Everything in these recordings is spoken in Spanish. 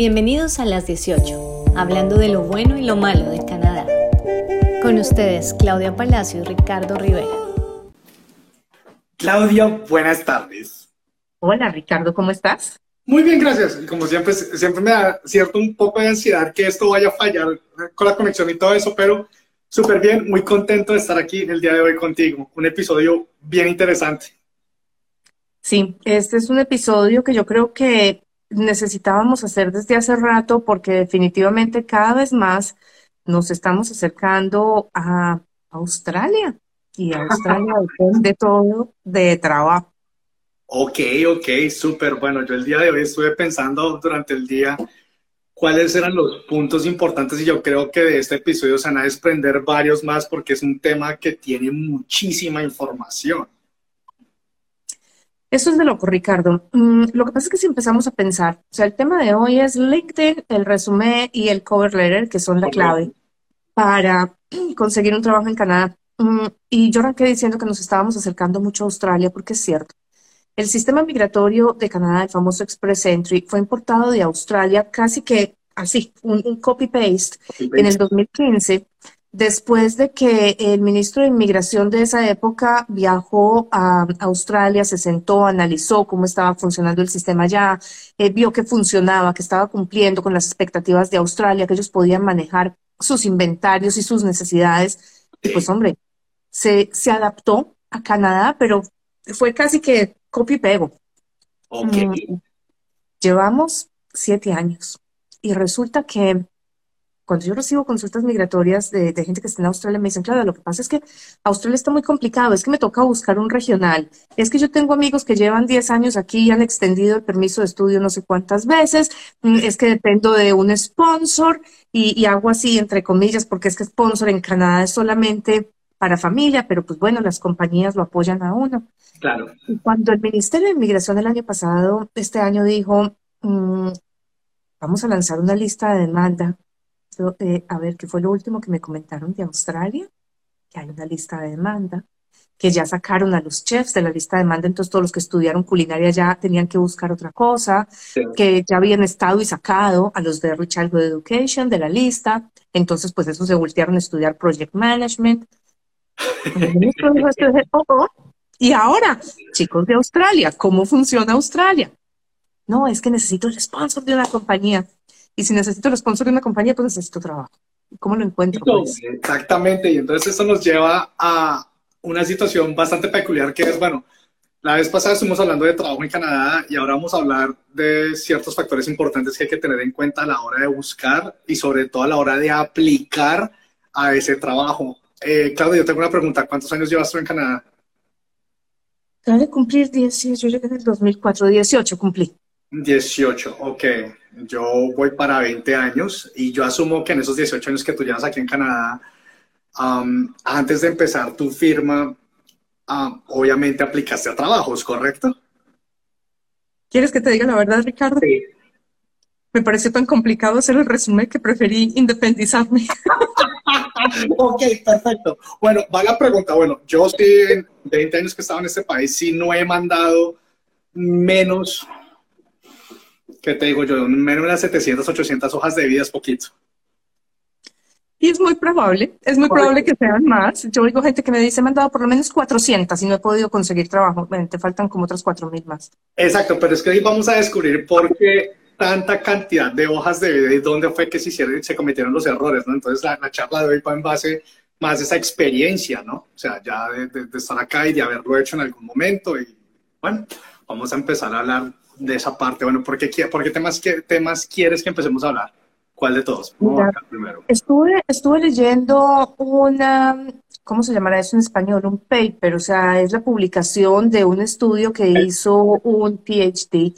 Bienvenidos a Las 18, hablando de lo bueno y lo malo de Canadá. Con ustedes, Claudia Palacio y Ricardo Rivera. Claudia, buenas tardes. Hola Ricardo, ¿cómo estás? Muy bien, gracias. Y como siempre me da cierto un poco de ansiedad que esto vaya a fallar con la conexión y todo eso, pero súper bien, muy contento de estar aquí el día de hoy contigo. Un episodio bien interesante. Sí, este es un episodio que yo creo que necesitábamos hacer desde hace rato porque definitivamente cada vez más nos estamos acercando a Australia y Australia depende todo de trabajo. Ok, súper. Bueno, yo el día de hoy estuve pensando durante el día cuáles eran los puntos importantes y yo creo que de este episodio se van a desprender varios más porque es un tema que tiene muchísima información. Eso es de loco, Ricardo. Lo que pasa es que si empezamos a pensar, o sea, el tema de hoy es LinkedIn, el resumen y el cover letter, que son la clave para conseguir un trabajo en Canadá. Y yo arranqué diciendo que nos estábamos acercando mucho a Australia, porque es cierto. El sistema migratorio de Canadá, el famoso Express Entry, fue importado de Australia casi que así, un copy-paste en el 2015, después de que el ministro de Inmigración de esa época viajó a Australia, se sentó, analizó cómo estaba funcionando el sistema allá, vio que funcionaba, que estaba cumpliendo con las expectativas de Australia, que ellos podían manejar sus inventarios y sus necesidades. Y pues, hombre, se adaptó a Canadá, pero fue casi que copy y pego. Ok. Llevamos 7 años y resulta que cuando yo recibo consultas migratorias de gente que está en Australia, me dicen, claro, lo que pasa es que Australia está muy complicado, es que me toca buscar un regional, es que yo tengo amigos que llevan 10 años aquí y han extendido el permiso de estudio no sé cuántas veces, es que dependo de un sponsor y hago así entre comillas, porque es que sponsor en Canadá es solamente para familia, pero pues bueno, las compañías lo apoyan a uno. Claro. Y cuando el Ministerio de Inmigración el año pasado, este año dijo, vamos a lanzar una lista de demanda. A ver, ¿qué fue lo último que me comentaron de Australia? Que hay una lista de demanda, que ya sacaron a los chefs de la lista de demanda, entonces todos los que estudiaron culinaria ya tenían que buscar otra cosa, Sí. que ya habían estado y sacado a los de Early Childhood Education de la lista, entonces pues esos se voltearon a estudiar Project Management. Cuando el ministro dijo esto, dije, y ahora, chicos de Australia, ¿cómo funciona Australia? No, es que necesito el sponsor de una compañía. Y si necesito el sponsor de una compañía, pues necesito trabajo. ¿Cómo lo encuentro? Pues? Exactamente, y entonces esto nos lleva a una situación bastante peculiar que es, bueno, la vez pasada estuvimos hablando de trabajo en Canadá y ahora vamos a hablar de ciertos factores importantes que hay que tener en cuenta a la hora de buscar y sobre todo a la hora de aplicar a ese trabajo. Claudia, yo tengo una pregunta, ¿cuántos años llevas tú en Canadá? Acabo de cumplir 18, yo llegué en el 2004, 18 cumplí. 18, ok. Yo voy para 20 años y yo asumo que en esos 18 años que tú llevas aquí en Canadá, antes de empezar tu firma, obviamente aplicaste a trabajos, ¿correcto? ¿Quieres que te diga la verdad, Ricardo? Sí. Me pareció tan complicado hacer el resumen que preferí independizarme. Ok, perfecto. Bueno, va la pregunta. Bueno, yo sí, en 20 años que he estado en este país, sí no he mandado menos, ¿qué te digo yo? Menos de las 700, 800 hojas de vida es poquito. Y es muy probable que sean más. Yo oigo gente que me dice, me han dado por lo menos 400 y no he podido conseguir trabajo. Bueno, te faltan como otras 4,000 más. Exacto, pero es que hoy vamos a descubrir por qué tanta cantidad de hojas de vida y dónde fue que se cometieron los errores, ¿no? Entonces la charla de hoy va en base más a esa experiencia, ¿no? O sea, ya de estar acá y de haberlo hecho en algún momento y bueno, vamos a empezar a hablar de esa parte. Bueno, ¿por qué temas quieres que empecemos a hablar? ¿Cuál de todos? Vamos Mira, acá primero. estuve leyendo ¿cómo se llamará eso en español? Un paper, o sea, es la publicación de un estudio que hizo un PhD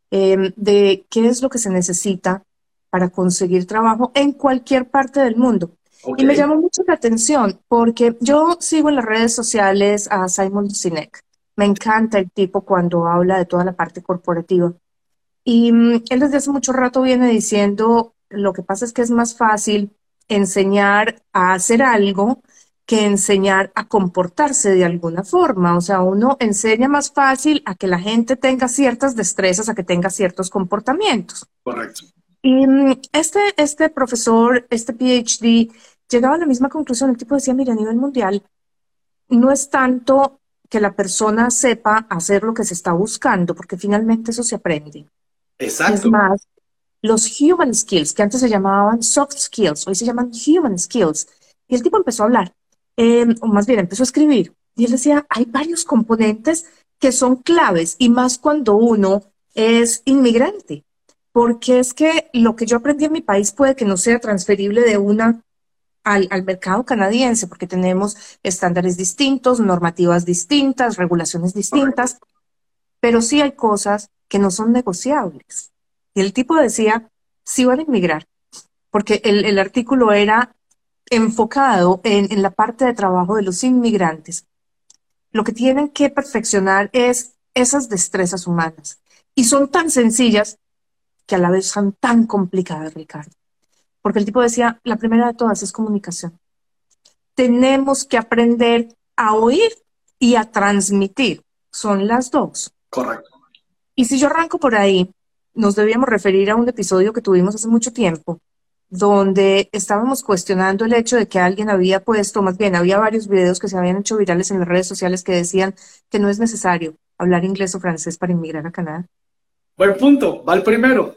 de qué es lo que se necesita para conseguir trabajo en cualquier parte del mundo. Ok. Y me llamó mucho la atención porque yo sigo en las redes sociales a Simon Sinek. Me encanta el tipo cuando habla de toda la parte corporativa. Y él desde hace mucho rato viene diciendo, lo que pasa es que es más fácil enseñar a hacer algo que enseñar a comportarse de alguna forma. O sea, uno enseña más fácil a que la gente tenga ciertas destrezas, a que tenga ciertos comportamientos. Correcto. Y este profesor, este PhD, llegaba a la misma conclusión. El tipo decía, mira, a nivel mundial, no es tanto que la persona sepa hacer lo que se está buscando, porque finalmente eso se aprende. Es Exacto. más, los human skills, que antes se llamaban soft skills, hoy se llaman human skills. Y el tipo empezó a hablar, o más bien empezó a escribir. Y él decía, hay varios componentes que son claves, y más cuando uno es inmigrante, porque es que lo que yo aprendí en mi país puede que no sea transferible de una al mercado canadiense, porque tenemos estándares distintos, normativas distintas, regulaciones Correcto. distintas, pero sí hay cosas que no son negociables. Y el tipo decía, sí van a inmigrar, porque el artículo era enfocado en la parte de trabajo de los inmigrantes. Lo que tienen que perfeccionar es esas destrezas humanas. Y son tan sencillas que a la vez son tan complicadas, Ricardo. Porque el tipo decía, la primera de todas es comunicación. Tenemos que aprender a oír y a transmitir. Son las dos. Correcto. Y si yo arranco por ahí, nos debíamos referir a un episodio que tuvimos hace mucho tiempo, donde estábamos cuestionando el hecho de que alguien había puesto, más bien, había varios videos que se habían hecho virales en las redes sociales que decían que no es necesario hablar inglés o francés para inmigrar a Canadá. Buen punto, va el primero.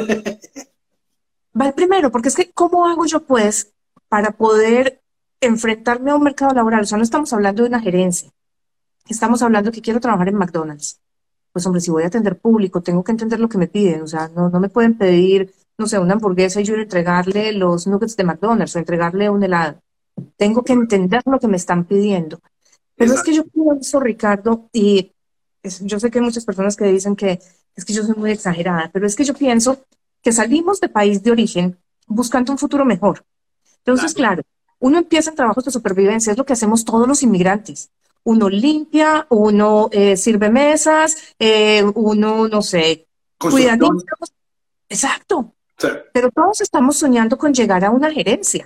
Va el primero, porque es que, ¿cómo hago yo, pues, para poder enfrentarme a un mercado laboral? O sea, no estamos hablando de una gerencia, estamos hablando que quiero trabajar en McDonald's. Pues, hombre, si voy a atender público, tengo que entender lo que me piden. O sea, no me pueden pedir, no sé, una hamburguesa y yo entregarle los nuggets de McDonald's o entregarle un helado. Tengo que entender lo que me están pidiendo. Pero es que Exacto. yo pienso, Ricardo, y yo sé que hay muchas personas que dicen que es que yo soy muy exagerada, pero es que yo pienso que salimos de país de origen buscando un futuro mejor. Entonces, Claro. claro, uno empieza en trabajos de supervivencia, es lo que hacemos todos los inmigrantes. Uno limpia, uno sirve mesas, uno, no sé, cuida Construcción. niños. Exacto. Sí. Pero todos estamos soñando con llegar a una gerencia.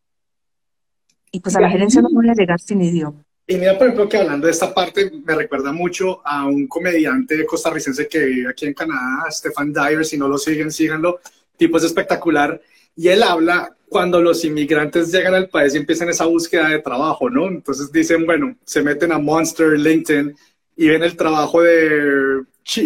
Y pues a Y la gerencia no ahí, voy a llegar sin idioma. y mira, por ejemplo, que hablando de esta parte, me recuerda mucho a un comediante costarricense que vive aquí en Canadá, Stefan Dyer. Si no lo siguen, síganlo. Tipo es espectacular. Y él habla cuando los inmigrantes llegan al país y empiezan esa búsqueda de trabajo, ¿no? Entonces dicen, bueno, se meten a Monster, LinkedIn y ven el trabajo de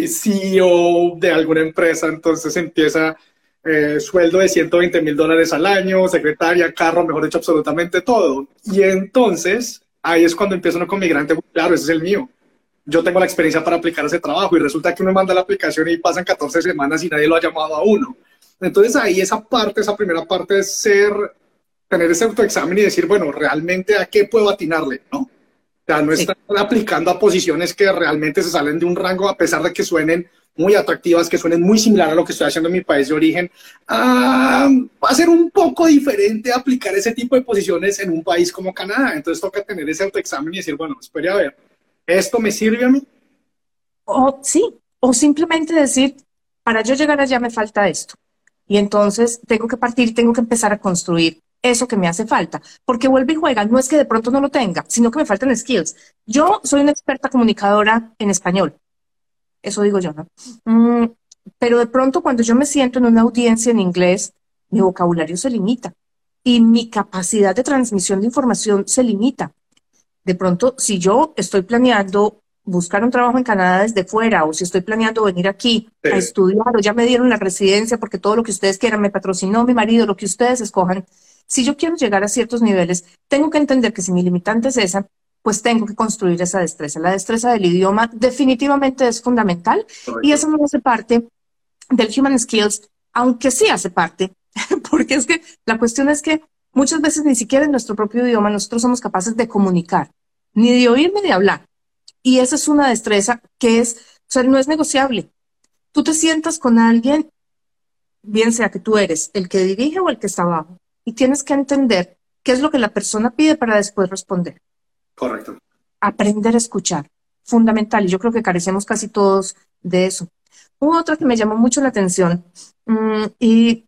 CEO de alguna empresa. Entonces empieza sueldo de $120,000 al año, secretaria, carro, mejor dicho, absolutamente todo. Y entonces ahí es cuando empieza uno con migrante, claro, ese es el mío. Yo tengo la experiencia para aplicar ese trabajo y resulta que uno manda la aplicación y pasan 14 semanas y nadie lo ha llamado a uno. Entonces ahí esa parte, esa primera parte es tener ese autoexamen y decir, bueno, realmente a qué puedo atinarle, ¿no? O sea, no Sí. están aplicando a posiciones que realmente se salen de un rango, a pesar de que suenen muy atractivas, que suenen muy similar a lo que estoy haciendo en mi país de origen. Va a ser un poco diferente aplicar ese tipo de posiciones en un país como Canadá. Entonces toca tener ese autoexamen y decir, bueno, espere a ver, ¿esto me sirve a mí? O sí, o simplemente decir, para yo llegar allá me falta esto. Y entonces tengo que partir, tengo que empezar a construir eso que me hace falta. Porque vuelve y juega, no es que de pronto no lo tenga, sino que me faltan skills. Yo soy una experta comunicadora en español, eso digo yo, ¿no? Mm, pero de pronto cuando yo me siento en una audiencia en inglés, mi vocabulario se limita y mi capacidad de transmisión de información se limita. De pronto, si yo estoy planeando buscar un trabajo en Canadá desde fuera, o si estoy planeando venir aquí a Sí, estudiar, o ya me dieron la residencia porque todo lo que ustedes quieran, me patrocinó mi marido, lo que ustedes escojan, si yo quiero llegar a ciertos niveles, tengo que entender que si mi limitante es esa, pues tengo que construir esa destreza. La destreza del idioma definitivamente es fundamental y correcto. eso no hace parte del Human Skills, aunque sí hace parte, porque es que la cuestión es que muchas veces ni siquiera en nuestro propio idioma nosotros somos capaces de comunicar, ni de oír ni de hablar. Y esa es una destreza que es, o sea, no es negociable. Tú te sientas con alguien, bien sea que tú eres el que dirige o el que está abajo, y tienes que entender qué es lo que la persona pide para después responder. Correcto. Aprender a escuchar, fundamental, y yo creo que carecemos casi todos de eso. Hubo otra que me llamó mucho la atención, y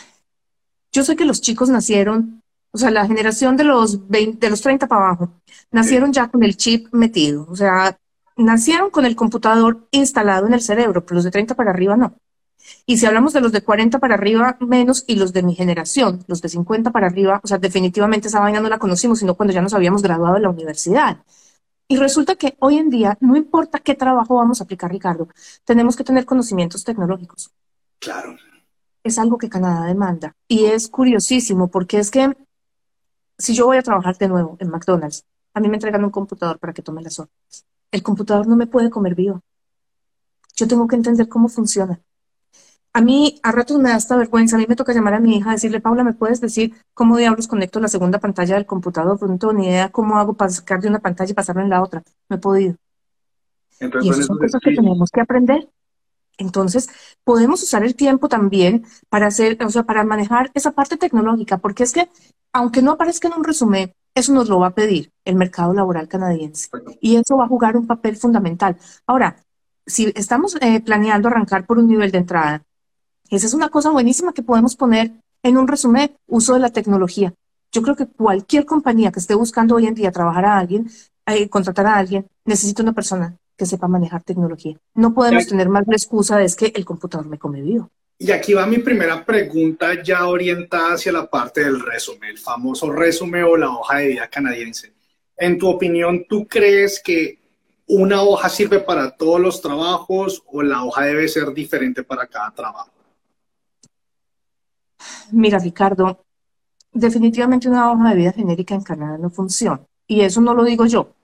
yo sé que los chicos nacieron, o sea, la generación de los 20, de los 30 para abajo, Sí, nacieron ya con el chip metido, o sea, nacieron con el computador instalado en el cerebro, pero los de 30 para arriba no. Y si hablamos de los de 40 para arriba, menos, y los de mi generación, los de 50 para arriba, o sea, definitivamente esa vaina no la conocimos, sino cuando ya nos habíamos graduado de la universidad. Y resulta que hoy en día, no importa qué trabajo vamos a aplicar, Ricardo, tenemos que tener conocimientos tecnológicos. Claro. Es algo que Canadá demanda. Y es curiosísimo porque es que si yo voy a trabajar de nuevo en McDonald's, a mí me entregan un computador para que tome las órdenes. El computador no me puede comer vivo. Yo tengo que entender cómo funciona. A mí, a ratos me da esta vergüenza. A mí me toca llamar a mi hija, decirle, Paula, ¿me puedes decir cómo diablos conecto la segunda pantalla del computador? Porque no tengo ni idea cómo hago para sacar de una pantalla y pasarla en la otra. No he podido. Entonces, Y son esas son esos cosas que skills. tenemos que aprender. Entonces, podemos usar el tiempo también para hacer, o sea, para manejar esa parte tecnológica, porque es que, aunque no aparezca en un resumen, eso nos lo va a pedir el mercado laboral canadiense. Y eso va a jugar un papel fundamental. Ahora, si estamos planeando arrancar por un nivel de entrada, esa es una cosa buenísima que podemos poner en un resumen, uso de la tecnología. Yo creo que cualquier compañía que esté buscando hoy en día trabajar a alguien, contratar a alguien, necesita una persona que sepa manejar tecnología. No podemos tener más la excusa de es que el computador me come vivo. Y aquí va mi primera pregunta ya orientada hacia la parte del resumen, el famoso resumen o la hoja de vida canadiense. En tu opinión, ¿tú crees que una hoja sirve para todos los trabajos o la hoja debe ser diferente para cada trabajo? Mira, Ricardo, definitivamente una hoja de vida genérica en Canadá no funciona. Y eso no lo digo yo.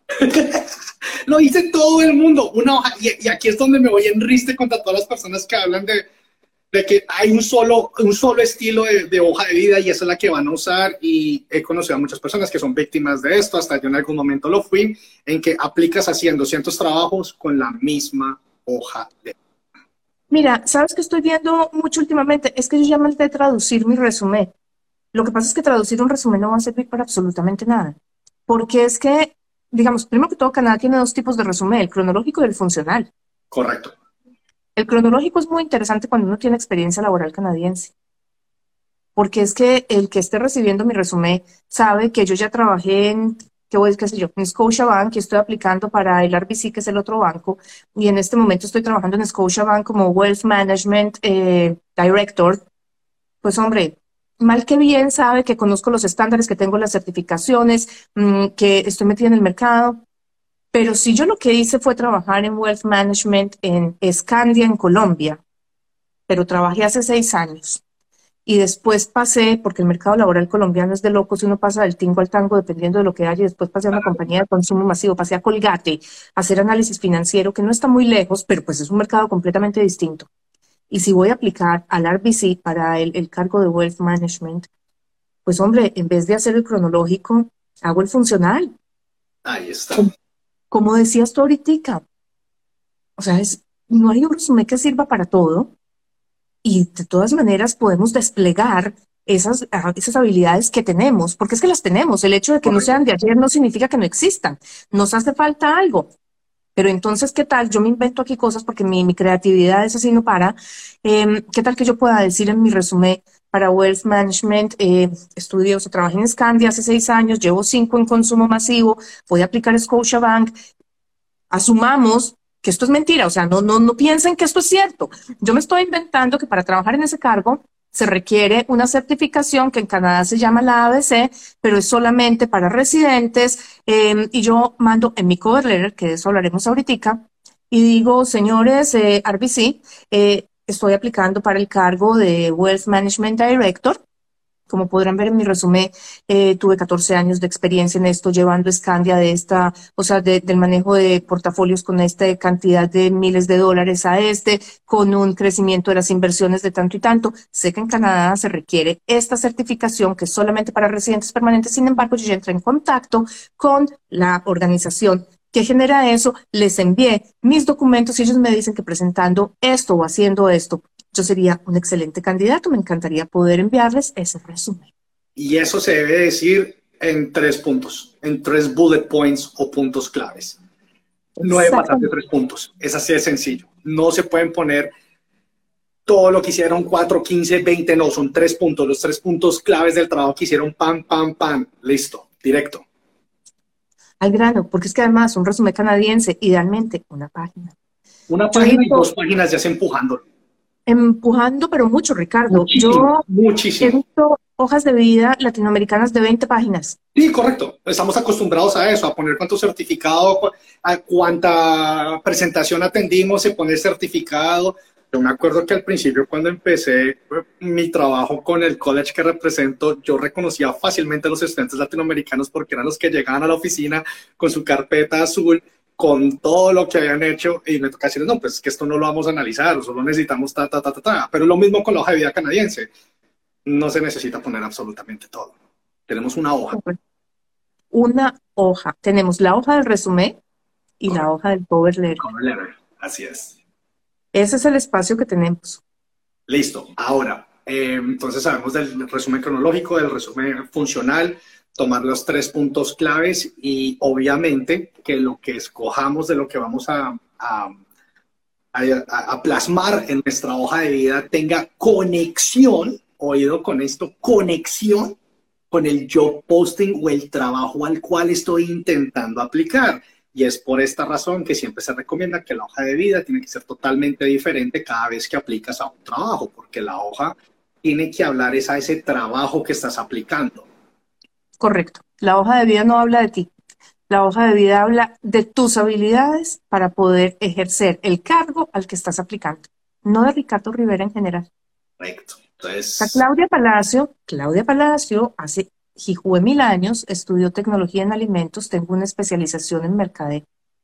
Lo dice todo el mundo, una hoja, y aquí es donde me voy en riste contra todas las personas que hablan de que hay un solo estilo de hoja de vida y esa es la que van a usar, y he conocido a muchas personas que son víctimas de esto, hasta yo en algún momento lo fui, en que aplicas haciendo cientos trabajos con la misma hoja de vida. Mira, ¿sabes qué estoy viendo mucho últimamente? Es que yo ya mandé traducir mi resumen. Lo que pasa es que traducir un resumen no va a servir para absolutamente nada. Porque es que, digamos, primero que todo, Canadá tiene dos tipos de resumen, el cronológico y el funcional. Correcto. El cronológico es muy interesante cuando uno tiene experiencia laboral canadiense. Porque es que el que esté recibiendo mi resumen sabe que yo ya trabajé en, qué sé yo, en Scotiabank y estoy aplicando para el RBC, que es el otro banco, y en este momento estoy trabajando en Scotiabank como Wealth Management Director. Pues hombre, mal que bien sabe que conozco los estándares, que tengo las certificaciones, que estoy metida en el mercado. Pero si yo lo que hice fue trabajar en Wealth Management en Scandia, en Colombia, pero trabajé hace 6 años. Y después pasé, porque el mercado laboral colombiano es de locos, y uno pasa del tingo al tango dependiendo de lo que haya, y después pasé a una compañía de consumo masivo, pasé a Colgate, a hacer análisis financiero, que no está muy lejos, pero pues es un mercado completamente distinto. Y si voy a aplicar al RBC para el cargo de Wealth Management, pues hombre, en vez de hacer el cronológico, hago el funcional. Ahí está. Como decías tú ahorita, o sea, no hay un resumen que sirva para todo, y de todas maneras podemos desplegar esas habilidades que tenemos, porque es que las tenemos. El hecho de que no sean de ayer no significa que no existan. Nos hace falta algo. Pero entonces, ¿qué tal? Yo me invento aquí cosas porque mi creatividad es así, no para. ¿Qué tal que yo pueda decir en mi resumen para Wealth Management? Estudié, o sea, trabajé en Scandia hace 6 años, llevo 5 en consumo masivo, voy a aplicar Scotiabank. Asumamos que esto es mentira, o sea, no piensen que esto es cierto. Yo me estoy inventando que para trabajar en ese cargo se requiere una certificación que en Canadá se llama la ABC, pero es solamente para residentes, y yo mando en mi cover letter, que de eso hablaremos ahorita, y digo, señores RBC, estoy aplicando para el cargo de Wealth Management Director. Como podrán ver en mi resumen, tuve 14 años de experiencia en esto, llevando Scandia del manejo de portafolios con esta cantidad de miles de dólares con un crecimiento de las inversiones de tanto y tanto. Sé que en Canadá se requiere esta certificación que es solamente para residentes permanentes. Sin embargo, yo ya entré en contacto con la organización que genera eso, les envié mis documentos y ellos me dicen que presentando esto o haciendo esto, yo sería un excelente candidato. Me encantaría poder enviarles ese resumen. Y eso se debe decir en 3 puntos, en 3 bullet points o puntos claves. No debe pasar de 3 puntos. Es así de sencillo. No se pueden poner todo lo que hicieron 4, 15, 20, no, son 3 puntos. Los 3 puntos claves del trabajo que hicieron, pam, pam, pam, listo, directo. Al grano, porque es que además un resumen canadiense, idealmente una página. Una página y 2 páginas ya se empujándolo. empujando, pero mucho, Ricardo. Muchísimo, Yo he muchísimo. visto hojas de vida latinoamericanas de 20 páginas. Sí, correcto. Estamos acostumbrados a eso, a poner cuánto certificado, a cuánta presentación atendimos, y poner certificado. Yo me acuerdo que al principio, cuando empecé mi trabajo con el college que represento, yo reconocía fácilmente a los estudiantes latinoamericanos porque eran los que llegaban a la oficina con su carpeta azul, con todo lo que habían hecho, y me toca decirles, no, pues es que esto no lo vamos a analizar, solo necesitamos ta, ta, ta, ta, ta. Pero lo mismo con la hoja de vida canadiense. No se necesita poner absolutamente todo. Tenemos una hoja. Una hoja. Tenemos la hoja del resumen y la hoja del cover letter. Cover letter. Así es. Ese es el espacio que tenemos. Listo. Ahora, entonces sabemos del resumen cronológico, del resumen funcional, tomar los 3 puntos claves y obviamente que lo que escojamos de lo que vamos a plasmar en nuestra hoja de vida tenga conexión, oído con esto, conexión con el job posting o el trabajo al cual estoy intentando aplicar. Y es por esta razón que siempre se recomienda que la hoja de vida tiene que ser totalmente diferente cada vez que aplicas a un trabajo, porque la hoja tiene que hablar a ese trabajo que estás aplicando. Correcto. La hoja de vida no habla de ti. La hoja de vida habla de tus habilidades para poder ejercer el cargo al que estás aplicando, no de Ricardo Rivera en general. Correcto. O Entonces, sea, Claudia Palacio hace hijo de 1000 años, estudió tecnología en alimentos, tengo una especialización en mercadeo.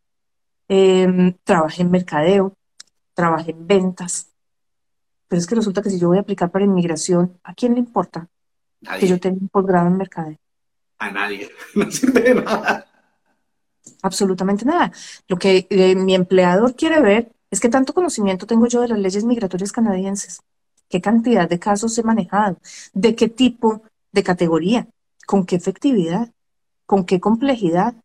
Trabajé en mercadeo, trabajé en ventas, pero es que resulta que si yo voy a aplicar para inmigración, ¿a quién le importa que yo nadie, tenga un posgrado en mercadeo? a nadie, no sirve de nada. Absolutamente nada. Lo que mi empleador quiere ver es qué tanto conocimiento tengo yo de las leyes migratorias canadienses, qué cantidad de casos he manejado, de qué tipo de categoría, con qué efectividad, con qué complejidad.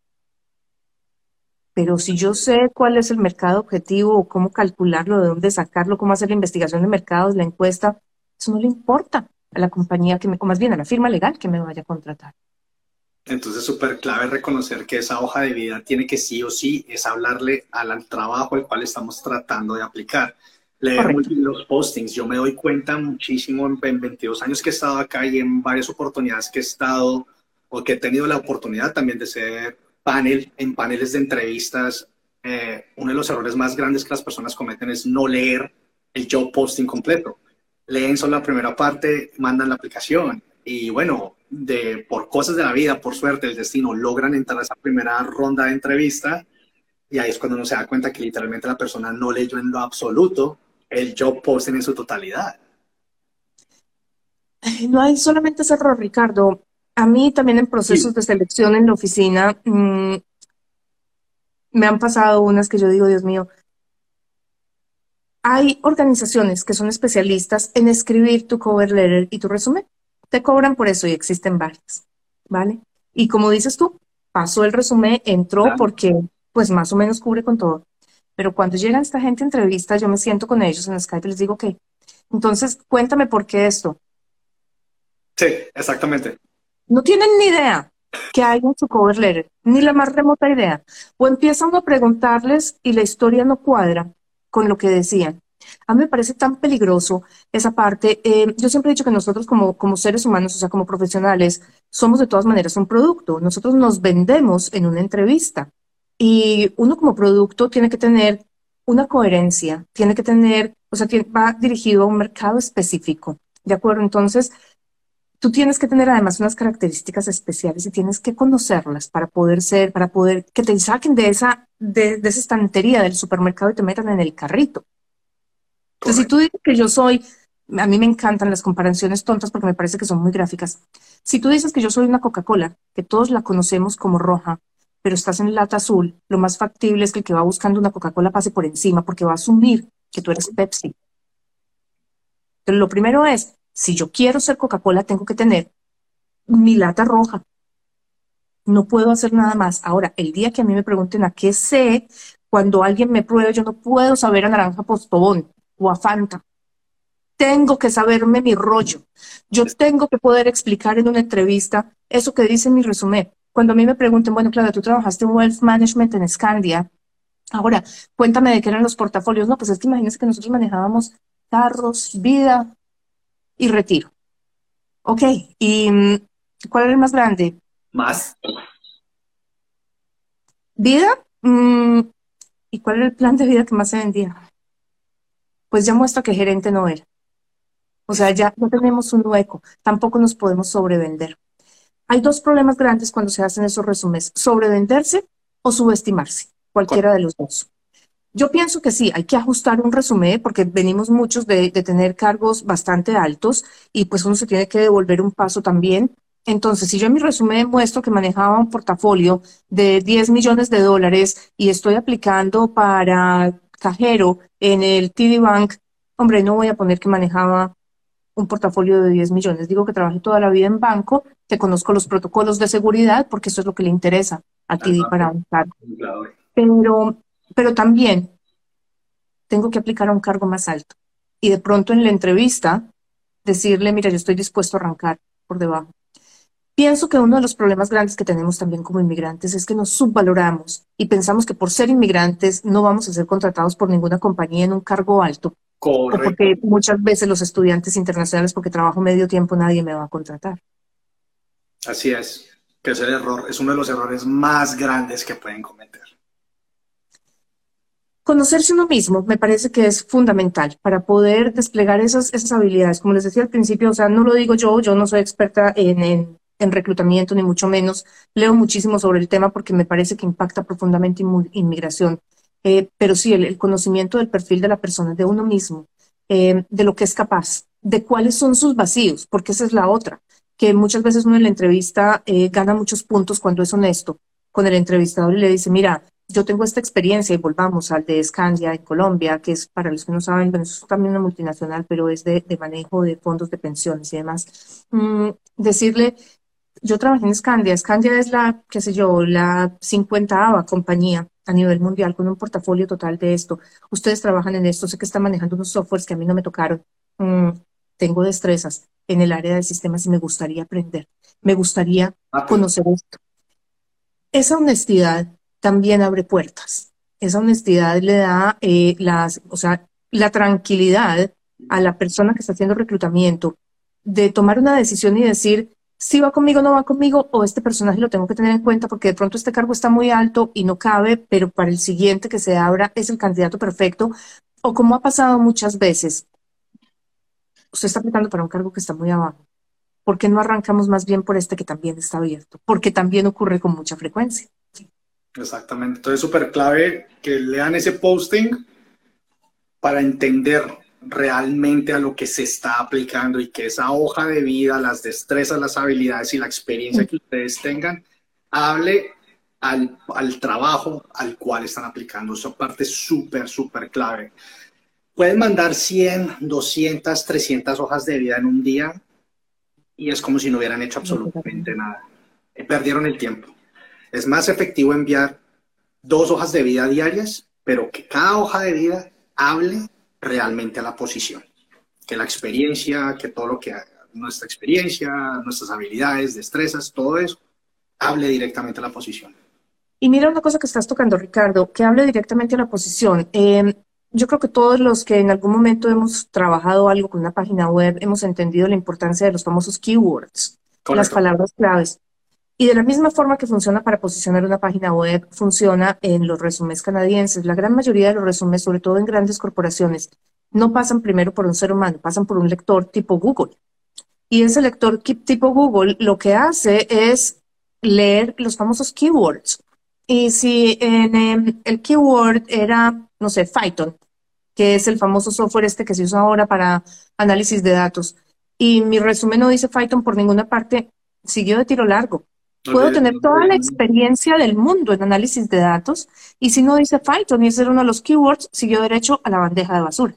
Pero si yo sé cuál es el mercado objetivo o cómo calcularlo, de dónde sacarlo, cómo hacer la investigación de mercados, la encuesta, eso no le importa a la compañía o más bien a la firma legal que me vaya a contratar. Entonces, súper clave reconocer que esa hoja de vida tiene que sí o sí es hablarle al trabajo al cual estamos tratando de aplicar. Leer muy bien los postings. Yo me doy cuenta muchísimo en 22 años que he estado acá y en varias oportunidades que he estado o que he tenido la oportunidad también de ser en paneles de entrevistas. Uno de los errores más grandes que las personas cometen es no leer el job posting completo. Leen solo la primera parte, mandan la aplicación y bueno, por cosas de la vida, por suerte, el destino, logran entrar a esa primera ronda de entrevista y ahí es cuando uno se da cuenta que literalmente la persona no leyó en lo absoluto el job posting en su totalidad. No hay solamente ese error, Ricardo. A mí también en procesos de selección en la oficina me han pasado unas que yo digo, Dios mío, hay organizaciones que son especialistas en escribir tu cover letter y tu resumen. Te cobran por eso y existen varias, ¿vale? Y como dices tú, pasó el resumen, entró porque pues más o menos cubre con todo. Pero cuando llega esta gente a entrevista, yo me siento con ellos en Skype y les digo, ok, entonces cuéntame por qué esto. Sí, exactamente. No tienen ni idea qué hay en su cover letter, ni la más remota idea. O empieza uno a preguntarles y la historia no cuadra con lo que decían. A mí me parece tan peligroso esa parte. Yo siempre he dicho que nosotros como seres humanos, o sea, como profesionales, somos de todas maneras un producto. Nosotros nos vendemos en una entrevista y uno como producto tiene que tener una coherencia, tiene que tener, o sea, va dirigido a un mercado específico. ¿De acuerdo? Entonces, tú tienes que tener además unas características especiales y tienes que conocerlas para poder que te saquen de esa estantería del supermercado y te metan en el carrito. Entonces, si tú dices que yo soy, a mí me encantan las comparaciones tontas porque me parece que son muy gráficas. Si tú dices que yo soy una Coca-Cola, que todos la conocemos como roja, pero estás en lata azul, lo más factible es que el que va buscando una Coca-Cola pase por encima porque va a asumir que tú eres Pepsi. Pero lo primero es, si yo quiero ser Coca-Cola, tengo que tener mi lata roja. No puedo hacer nada más. Ahora, el día que a mí me pregunten a qué sé, cuando alguien me pruebe, yo no puedo saber a naranja Postobón o a Fanta. Tengo que saberme mi rollo. Yo tengo que poder explicar en una entrevista eso que dice mi resumen. Cuando a mí me pregunten, bueno, Claudia, tú trabajaste en Wealth Management en Scandia. Ahora, cuéntame de qué eran los portafolios. No, pues es que imagínense que nosotros manejábamos carros, vida y retiro. Ok, ¿y cuál era el más grande? Más. ¿Vida? ¿Y cuál era el plan de vida que más se vendía? Pues ya muestra que gerente no era. O sea, ya no tenemos un hueco, tampoco nos podemos sobrevender. Hay dos problemas grandes cuando se hacen esos resúmenes, sobrevenderse o subestimarse, cualquiera de los dos. Yo pienso que sí, hay que ajustar un resumen porque venimos muchos de tener cargos bastante altos y pues uno se tiene que devolver un paso también. Entonces, si yo en mi resumen muestro que manejaba un portafolio de 10 millones de dólares y estoy aplicando para cajero en el TD Bank, hombre, no voy a poner que manejaba un portafolio de 10 millones. Digo que trabajé toda la vida en banco, que conozco los protocolos de seguridad porque eso es lo que le interesa a TD para un cargo. Pero, pero también tengo que aplicar a un cargo más alto. Y de pronto en la entrevista decirle, mira, yo estoy dispuesto a arrancar por debajo. Pienso que uno de los problemas grandes que tenemos también como inmigrantes es que nos subvaloramos y pensamos que por ser inmigrantes no vamos a ser contratados por ninguna compañía en un cargo alto. Correcto. O porque muchas veces los estudiantes internacionales, porque trabajo medio tiempo, nadie me va a contratar. Así es, que es el error, es uno de los errores más grandes que pueden cometer. Conocerse uno mismo me parece que es fundamental para poder desplegar esas habilidades. Como les decía al principio, o sea, no lo digo yo no soy experta en reclutamiento, ni mucho menos. Leo muchísimo sobre el tema porque me parece que impacta profundamente inmigración. Pero sí, el conocimiento del perfil de la persona, de uno mismo, de lo que es capaz, de cuáles son sus vacíos, porque esa es la otra, que muchas veces uno en la entrevista gana muchos puntos cuando es honesto con el entrevistador y le dice, mira, yo tengo esta experiencia y volvamos al de Scandia en Colombia, que es, para los que no saben, bueno, es también una multinacional, pero es de manejo de fondos de pensiones y demás. Decirle, yo trabajé en Scandia. Scandia es la, qué sé yo, la 50ª compañía a nivel mundial con un portafolio total de esto. Ustedes trabajan en esto, sé que están manejando unos softwares que a mí no me tocaron. Tengo destrezas en el área de sistemas y me gustaría aprender. Me gustaría conocer esto. Esa honestidad también abre puertas. Esa honestidad le da la tranquilidad a la persona que está haciendo reclutamiento de tomar una decisión y decir si va conmigo o no va conmigo, o este personaje lo tengo que tener en cuenta porque de pronto este cargo está muy alto y no cabe, pero para el siguiente que se abra es el candidato perfecto. O como ha pasado muchas veces, usted está aplicando para un cargo que está muy abajo. ¿Por qué no arrancamos más bien por este que también está abierto? Porque también ocurre con mucha frecuencia. Exactamente. Entonces es súper clave que lean ese posting para entender realmente a lo que se está aplicando y que esa hoja de vida, las destrezas, las habilidades y la experiencia que ustedes tengan, hable al trabajo al cual están aplicando. Esa parte es súper clave. Pueden mandar 100, 200, 300 hojas de vida en un día y es como si no hubieran hecho absolutamente nada. Perdieron el tiempo. Es más efectivo enviar 2 hojas de vida diarias, pero que cada hoja de vida hable realmente a la posición. Que la experiencia, que todo lo que nuestra experiencia, nuestras habilidades, destrezas, todo eso, hable directamente a la posición. Y mira una cosa que estás tocando, Ricardo, que hable directamente a la posición. Yo creo que todos los que en algún momento hemos trabajado algo con una página web hemos entendido la importancia de los famosos keywords, Correcto. Las palabras claves. Y de la misma forma que funciona para posicionar una página web, funciona en los resúmenes canadienses. La gran mayoría de los resúmenes, sobre todo en grandes corporaciones, no pasan primero por un ser humano, pasan por un lector tipo Google. Y ese lector tipo Google lo que hace es leer los famosos keywords. Y si en el keyword era, no sé, Python, que es el famoso software este que se usa ahora para análisis de datos, y mi resumen no dice Python por ninguna parte, siguió de tiro largo. Puedo tener toda la experiencia del mundo en análisis de datos y si no dice Python y ese era uno de los keywords, siguió derecho a la bandeja de basura.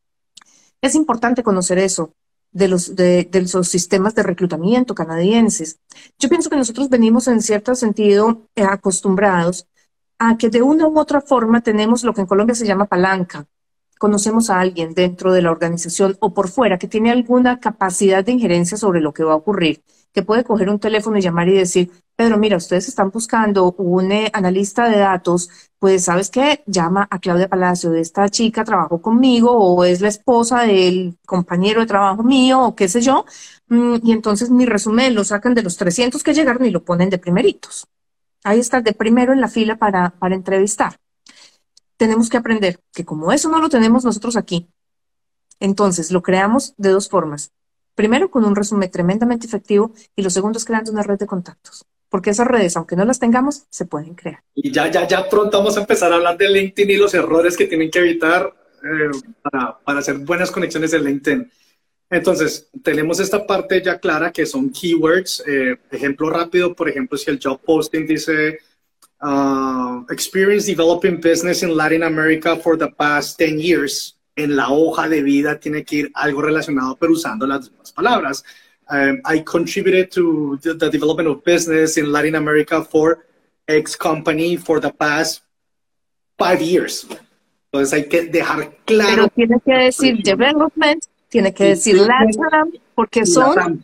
Es importante conocer eso de los sistemas de reclutamiento canadienses. Yo pienso que nosotros venimos en cierto sentido acostumbrados a que de una u otra forma tenemos lo que en Colombia se llama palanca. Conocemos a alguien dentro de la organización o por fuera que tiene alguna capacidad de injerencia sobre lo que va a ocurrir, que puede coger un teléfono y llamar y decir, Pedro, mira, ustedes están buscando un analista de datos, pues ¿sabes qué? Llama a Claudia Palacio, esta chica trabajó conmigo o es la esposa del compañero de trabajo mío o qué sé yo, y entonces mi resumen lo sacan de los 300 que llegaron y lo ponen de primeritos. Ahí está, de primero en la fila para entrevistar. Tenemos que aprender que como eso no lo tenemos nosotros aquí, entonces lo creamos de dos formas. Primero, con un resumen tremendamente efectivo y lo segundo es creando una red de contactos. Porque esas redes, aunque no las tengamos, se pueden crear. Y ya pronto vamos a empezar a hablar de LinkedIn y los errores que tienen que evitar para hacer buenas conexiones en LinkedIn. Entonces, tenemos esta parte ya clara que son keywords. Ejemplo rápido, por ejemplo, si el job posting dice experience developing business in Latin America for the past 10 years, en la hoja de vida tiene que ir algo relacionado, pero usando las mismas palabras. I contributed to the development of business in Latin America for X company for the past 5 years. Entonces hay que dejar claro. Pero tiene que decir development, tiene que decir LATAM, porque son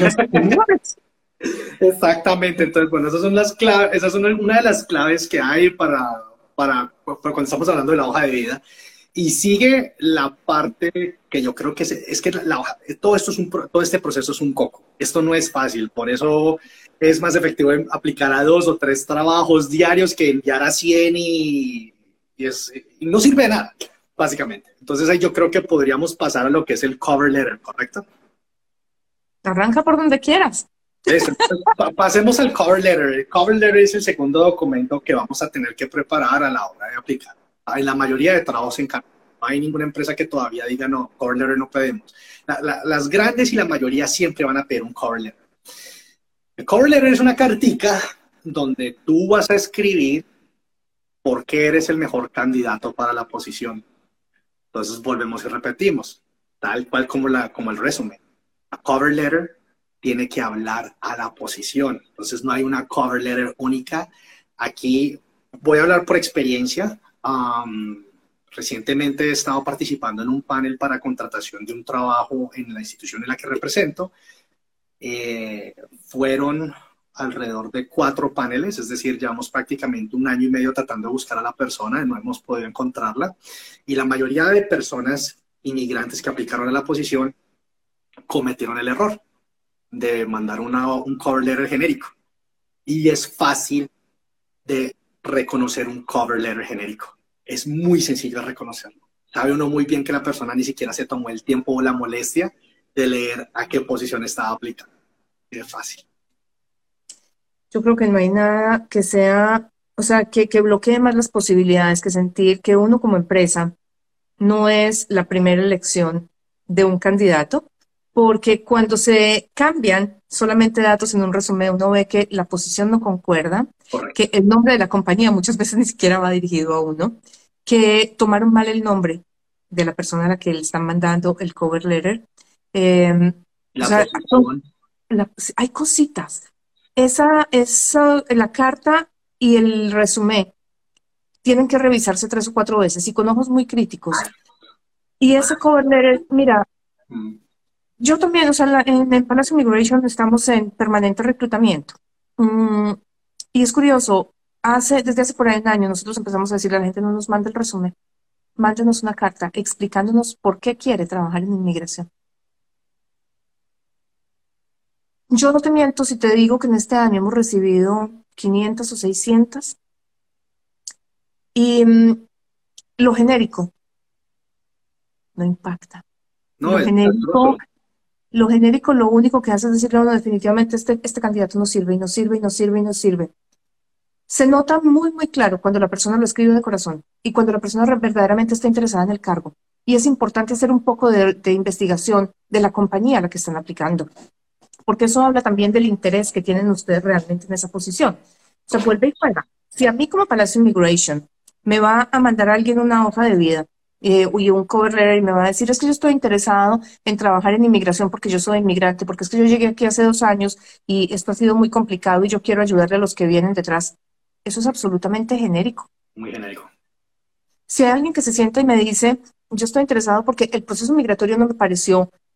Exactamente. Entonces, bueno, esas son las claves, esas son una de las claves que hay para cuando estamos hablando de la hoja de vida. Y sigue la parte que yo creo que es que todo este proceso es un coco. Esto no es fácil, por eso es más efectivo aplicar a 2 o 3 trabajos diarios que enviar a 100 y no sirve de nada, básicamente. Entonces ahí yo creo que podríamos pasar a lo que es el cover letter, ¿correcto? Arranca por donde quieras. Eso, pasemos al cover letter. El cover letter es el segundo documento que vamos a tener que preparar a la hora de aplicar. En la mayoría de trabajos en Canadá. No hay ninguna empresa que todavía diga, no, cover letter no pedimos. Las grandes y la mayoría siempre van a pedir un cover letter. El cover letter es una cartica donde tú vas a escribir por qué eres el mejor candidato para la posición. Entonces volvemos y repetimos, tal cual como el resumen. La cover letter tiene que hablar a la posición. Entonces no hay una cover letter única. Aquí voy a hablar por experiencia. Recientemente he estado participando en un panel para contratación de un trabajo en la institución en la que represento. Fueron alrededor de 4 paneles, es decir, llevamos prácticamente 1 año y medio tratando de buscar a la persona y no hemos podido encontrarla. Y la mayoría de personas inmigrantes que aplicaron a la posición cometieron el error de mandar un cover letter genérico. Y es fácil de reconocer un cover letter genérico. Es muy sencillo de reconocerlo. Sabe uno muy bien que la persona ni siquiera se tomó el tiempo o la molestia de leer a qué posición estaba aplicando. Es fácil. Yo creo que no hay nada que sea, o sea, que bloquee más las posibilidades que sentir que uno como empresa no es la primera elección de un candidato, porque cuando se cambian solamente datos en un resumen, uno ve que la posición no concuerda, Correcto. Que el nombre de la compañía muchas veces ni siquiera va dirigido a uno, que tomaron mal el nombre de la persona a la que le están mandando el cover letter. O sea, hay cositas. La carta y el resumen tienen que revisarse 3 o 4 veces y con ojos muy críticos. Y ese cover letter, mira, yo también, o sea, en el Palacio Immigration estamos en permanente reclutamiento. Y es curioso, desde hace por ahí 1 año nosotros empezamos a decirle a la gente, no nos mande el resumen, mándenos una carta explicándonos por qué quiere trabajar en inmigración. Yo no te miento si te digo que en este año hemos recibido 500 o 600. Y lo genérico no impacta. No, Lo genérico lo único que hace es decirle, bueno, definitivamente este candidato no sirve y no sirve y no sirve y no sirve. Se nota muy, muy claro cuando la persona lo escribe de corazón y cuando la persona verdaderamente está interesada en el cargo. Y es importante hacer un poco de investigación de la compañía a la que están aplicando, porque eso habla también del interés que tienen ustedes realmente en esa posición. Se vuelve y juega. Si a mí como Palacio Immigration me va a mandar a alguien una hoja de vida y un cover letter y me va a decir, es que yo estoy interesado en trabajar en inmigración porque yo soy inmigrante, porque es que yo llegué aquí hace 2 años y esto ha sido muy complicado y yo quiero ayudarle a los que vienen detrás. Eso es absolutamente genérico. Muy genérico. Si hay alguien que se sienta y me dice, yo estoy interesado porque el proceso migratorio no me pareció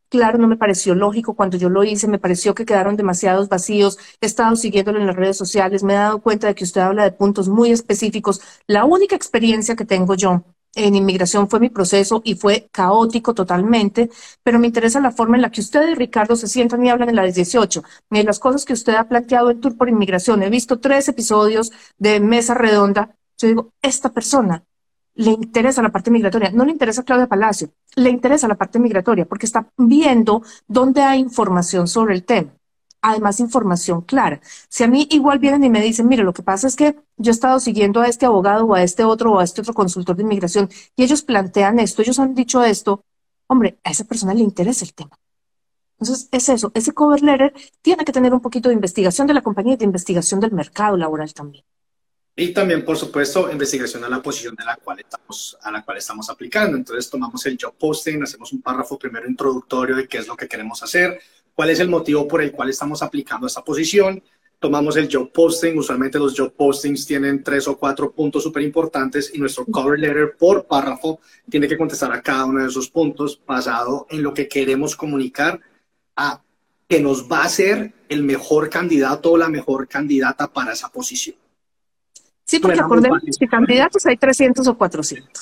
claro, no me pareció lógico cuando yo lo hice, me pareció que quedaron demasiados vacíos, he estado siguiéndolo en las redes sociales, me he dado cuenta de que usted habla de puntos muy específicos. La única experiencia que tengo yo en inmigración fue mi proceso y fue caótico totalmente, pero me interesa la forma en la que usted y Ricardo se sientan y hablan en la 18, y las cosas que usted ha planteado en Tour por Inmigración. He visto 3 episodios de Mesa Redonda. Yo digo, esta persona le interesa la parte migratoria, no le interesa Claudia Palacio, le interesa la parte migratoria porque está viendo dónde hay información sobre el tema. Además, información clara. Si a mí igual vienen y me dicen, mire, lo que pasa es que yo he estado siguiendo a este abogado o a este otro consultor de inmigración y ellos plantean esto, ellos han dicho esto, hombre, a esa persona le interesa el tema. Entonces, es eso, ese cover letter tiene que tener un poquito de investigación de la compañía y de investigación del mercado laboral también. Y también, por supuesto, investigación a la posición a la cual estamos aplicando. Entonces, tomamos el job posting, hacemos un párrafo primero introductorio de qué es lo que queremos hacer, cuál es el motivo por el cual estamos aplicando esta posición. Tomamos el job posting, usualmente los job postings tienen 3 o 4 puntos súper importantes y nuestro cover letter por párrafo tiene que contestar a cada uno de esos puntos basado en lo que queremos comunicar a que nos va a ser el mejor candidato o la mejor candidata para esa posición. Sí, porque acordemos que candidatos hay 300 o 400.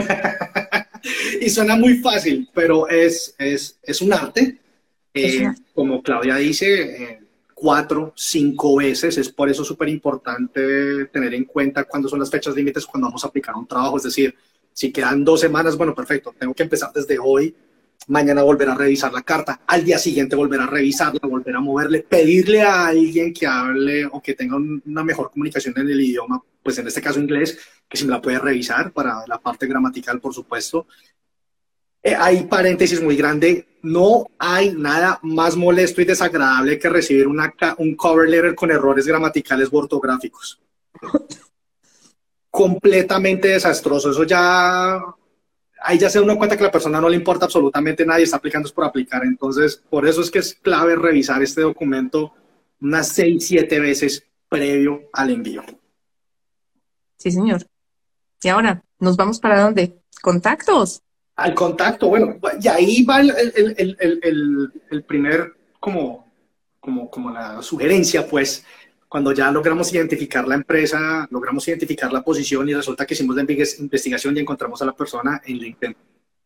Y suena muy fácil, pero es un arte. Como Claudia dice, 4, 5 veces. Es por eso súper importante tener en cuenta cuándo son las fechas límites cuando vamos a aplicar un trabajo. Es decir, si quedan 2 semanas, bueno, perfecto, tengo que empezar desde hoy. Mañana volver a revisar la carta, al día siguiente volver a revisarla, volver a moverle, pedirle a alguien que hable o que tenga una mejor comunicación en el idioma, pues en este caso inglés, que si me la puede revisar para la parte gramatical, por supuesto. Hay paréntesis muy grande, no hay nada más molesto y desagradable que recibir un cover letter con errores gramaticales o ortográficos. Completamente desastroso, eso ya... Ahí ya se da uno cuenta que a la persona no le importa absolutamente nada y está aplicando por aplicar. Entonces, por eso es que es clave revisar este documento unas 6, 7 veces previo al envío. Sí, señor. Y ahora, ¿nos vamos para dónde? ¿Contactos? Al contacto, bueno, y ahí va el primer, como la sugerencia, pues, cuando ya logramos identificar la empresa, logramos identificar la posición y resulta que hicimos la investigación y encontramos a la persona en LinkedIn.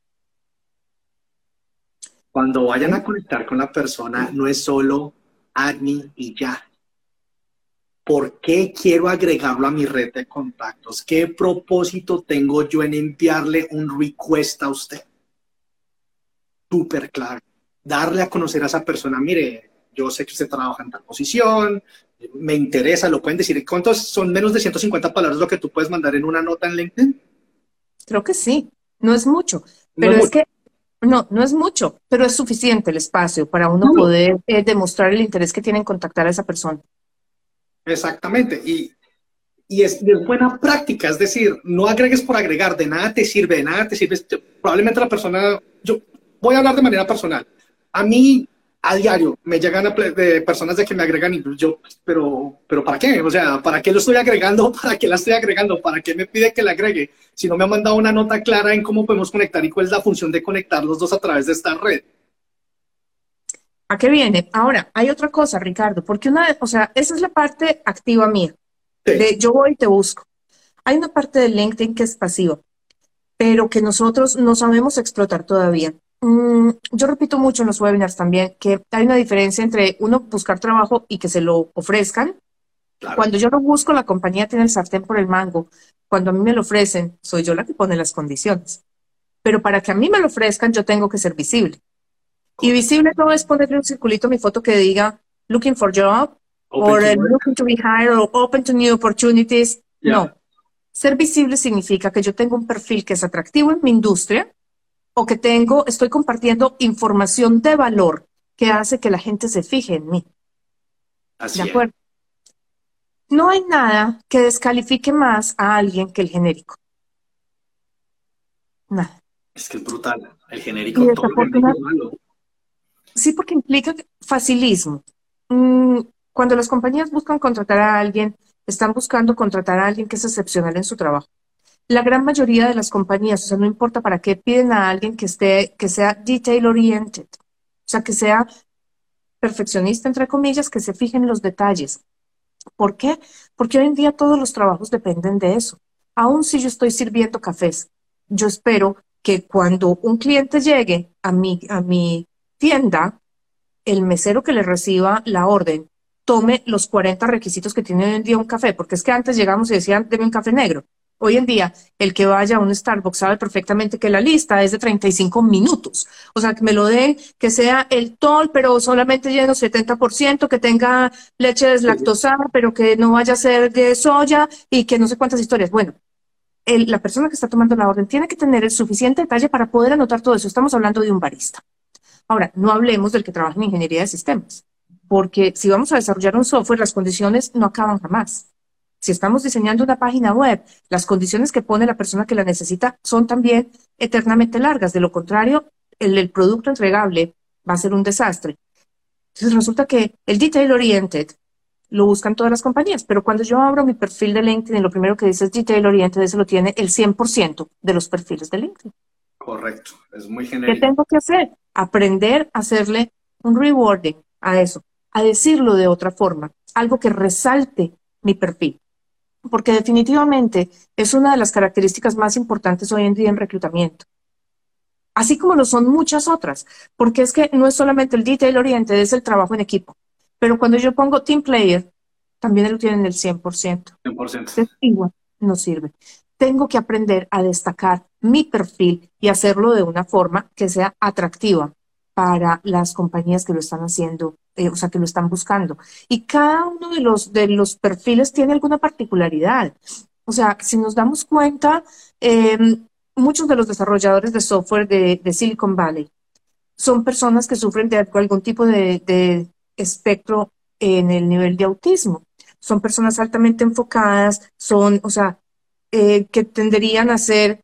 Cuando vayan a conectar con la persona, no es solo admin y ya. ¿Por qué quiero agregarlo a mi red de contactos? ¿Qué propósito tengo yo en enviarle un request a usted? Súper claro. Darle a conocer a esa persona, mire, yo sé que usted trabaja en tal posición, me interesa, lo pueden decir. ¿Cuántos son menos de 150 palabras lo que tú puedes mandar en una nota en LinkedIn? Creo que sí, no es mucho, pero no es que no es mucho, pero es suficiente el espacio para uno poder demostrar el interés que tiene en contactar a esa persona. Exactamente, y es buena práctica, es decir, no agregues por agregar, de nada te sirve, probablemente la persona, yo voy a hablar de manera personal, a mí a diario me llegan de personas de que me agregan y yo, pero ¿para qué? O sea, ¿para qué lo estoy agregando? ¿Para qué la estoy agregando? ¿Para qué me pide que la agregue? Si no me ha mandado una nota clara en cómo podemos conectar y cuál es la función de conectar los dos a través de esta red. ¿A qué viene? Ahora, hay otra cosa, Ricardo, porque esa es la parte activa mía, sí. De yo voy y te busco. Hay una parte de LinkedIn que es pasiva, pero que nosotros no sabemos explotar todavía. Yo repito mucho en los webinars también que hay una diferencia entre uno buscar trabajo y que se lo ofrezcan. Claro. Cuando yo lo busco, la compañía tiene el sartén por el mango. Cuando a mí me lo ofrecen, soy yo la que pone las condiciones. Pero para que a mí me lo ofrezcan, yo tengo que ser visible. Y visible no es ponerle un circulito a mi foto que diga looking for job, o looking to be hired, o open to new opportunities. Yeah. No. Ser visible significa que yo tengo un perfil que es atractivo en mi industria, o que estoy compartiendo información de valor que hace que la gente se fije en mí. Así ¿De acuerdo? No hay nada que descalifique más a alguien que el genérico. Nada. Es que es brutal. El genérico, todo el genérico es malo. Sí, porque implica facilismo. Cuando las compañías buscan contratar a alguien, están buscando contratar a alguien que es excepcional en su trabajo. La gran mayoría de las compañías, o sea, no importa para qué, piden a alguien que sea detail oriented. sea, que sea perfeccionista, entre comillas, que se fije en los detalles. ¿Por qué? Porque hoy en día todos los trabajos dependen de eso. Aún si yo estoy sirviendo cafés, yo espero que cuando un cliente llegue a mi tienda, el mesero que le reciba la orden tome los 40 requisitos que tiene hoy en día un café, porque es que antes llegamos y decían, deme un café negro. Hoy en día, el que vaya a un Starbucks sabe perfectamente que la lista es de 35 minutos. O sea, que me lo den, que sea el tall, pero solamente lleno 70%, que tenga leche deslactosada, pero que no vaya a ser de soya y que no sé cuántas historias. Bueno, la persona que está tomando la orden tiene que tener el suficiente detalle para poder anotar todo eso. Estamos hablando de un barista. Ahora, no hablemos del que trabaja en ingeniería de sistemas, porque si vamos a desarrollar un software, las condiciones no acaban jamás. Si estamos diseñando una página web, las condiciones que pone la persona que la necesita son también eternamente largas. De lo contrario, el producto entregable va a ser un desastre. Entonces resulta que el detail oriented lo buscan todas las compañías, pero cuando yo abro mi perfil de LinkedIn, lo primero que dice es detail oriented, eso lo tiene el 100% de los perfiles de LinkedIn. Correcto, es muy ¿Qué genérico. tengo que hacer? Aprender a hacerle un rewarding a eso, a decirlo de otra forma, algo que resalte mi perfil. Porque definitivamente es una de las características más importantes hoy en día en reclutamiento. Así como lo son muchas otras, porque es que no es solamente el detail oriented, es el trabajo en equipo. Pero cuando yo pongo team player, también lo tienen el 100%. 100%. Entonces, igual no sirve. Tengo que aprender a destacar mi perfil y hacerlo de una forma que sea atractiva para las compañías que lo están haciendo, o sea, que lo están buscando. Y cada uno de los perfiles tiene alguna particularidad. O sea, si nos damos cuenta, muchos de los desarrolladores de software de Silicon Valley son personas que sufren de algún tipo de espectro en el nivel de autismo. Son personas altamente enfocadas, son, o sea, que tenderían a ser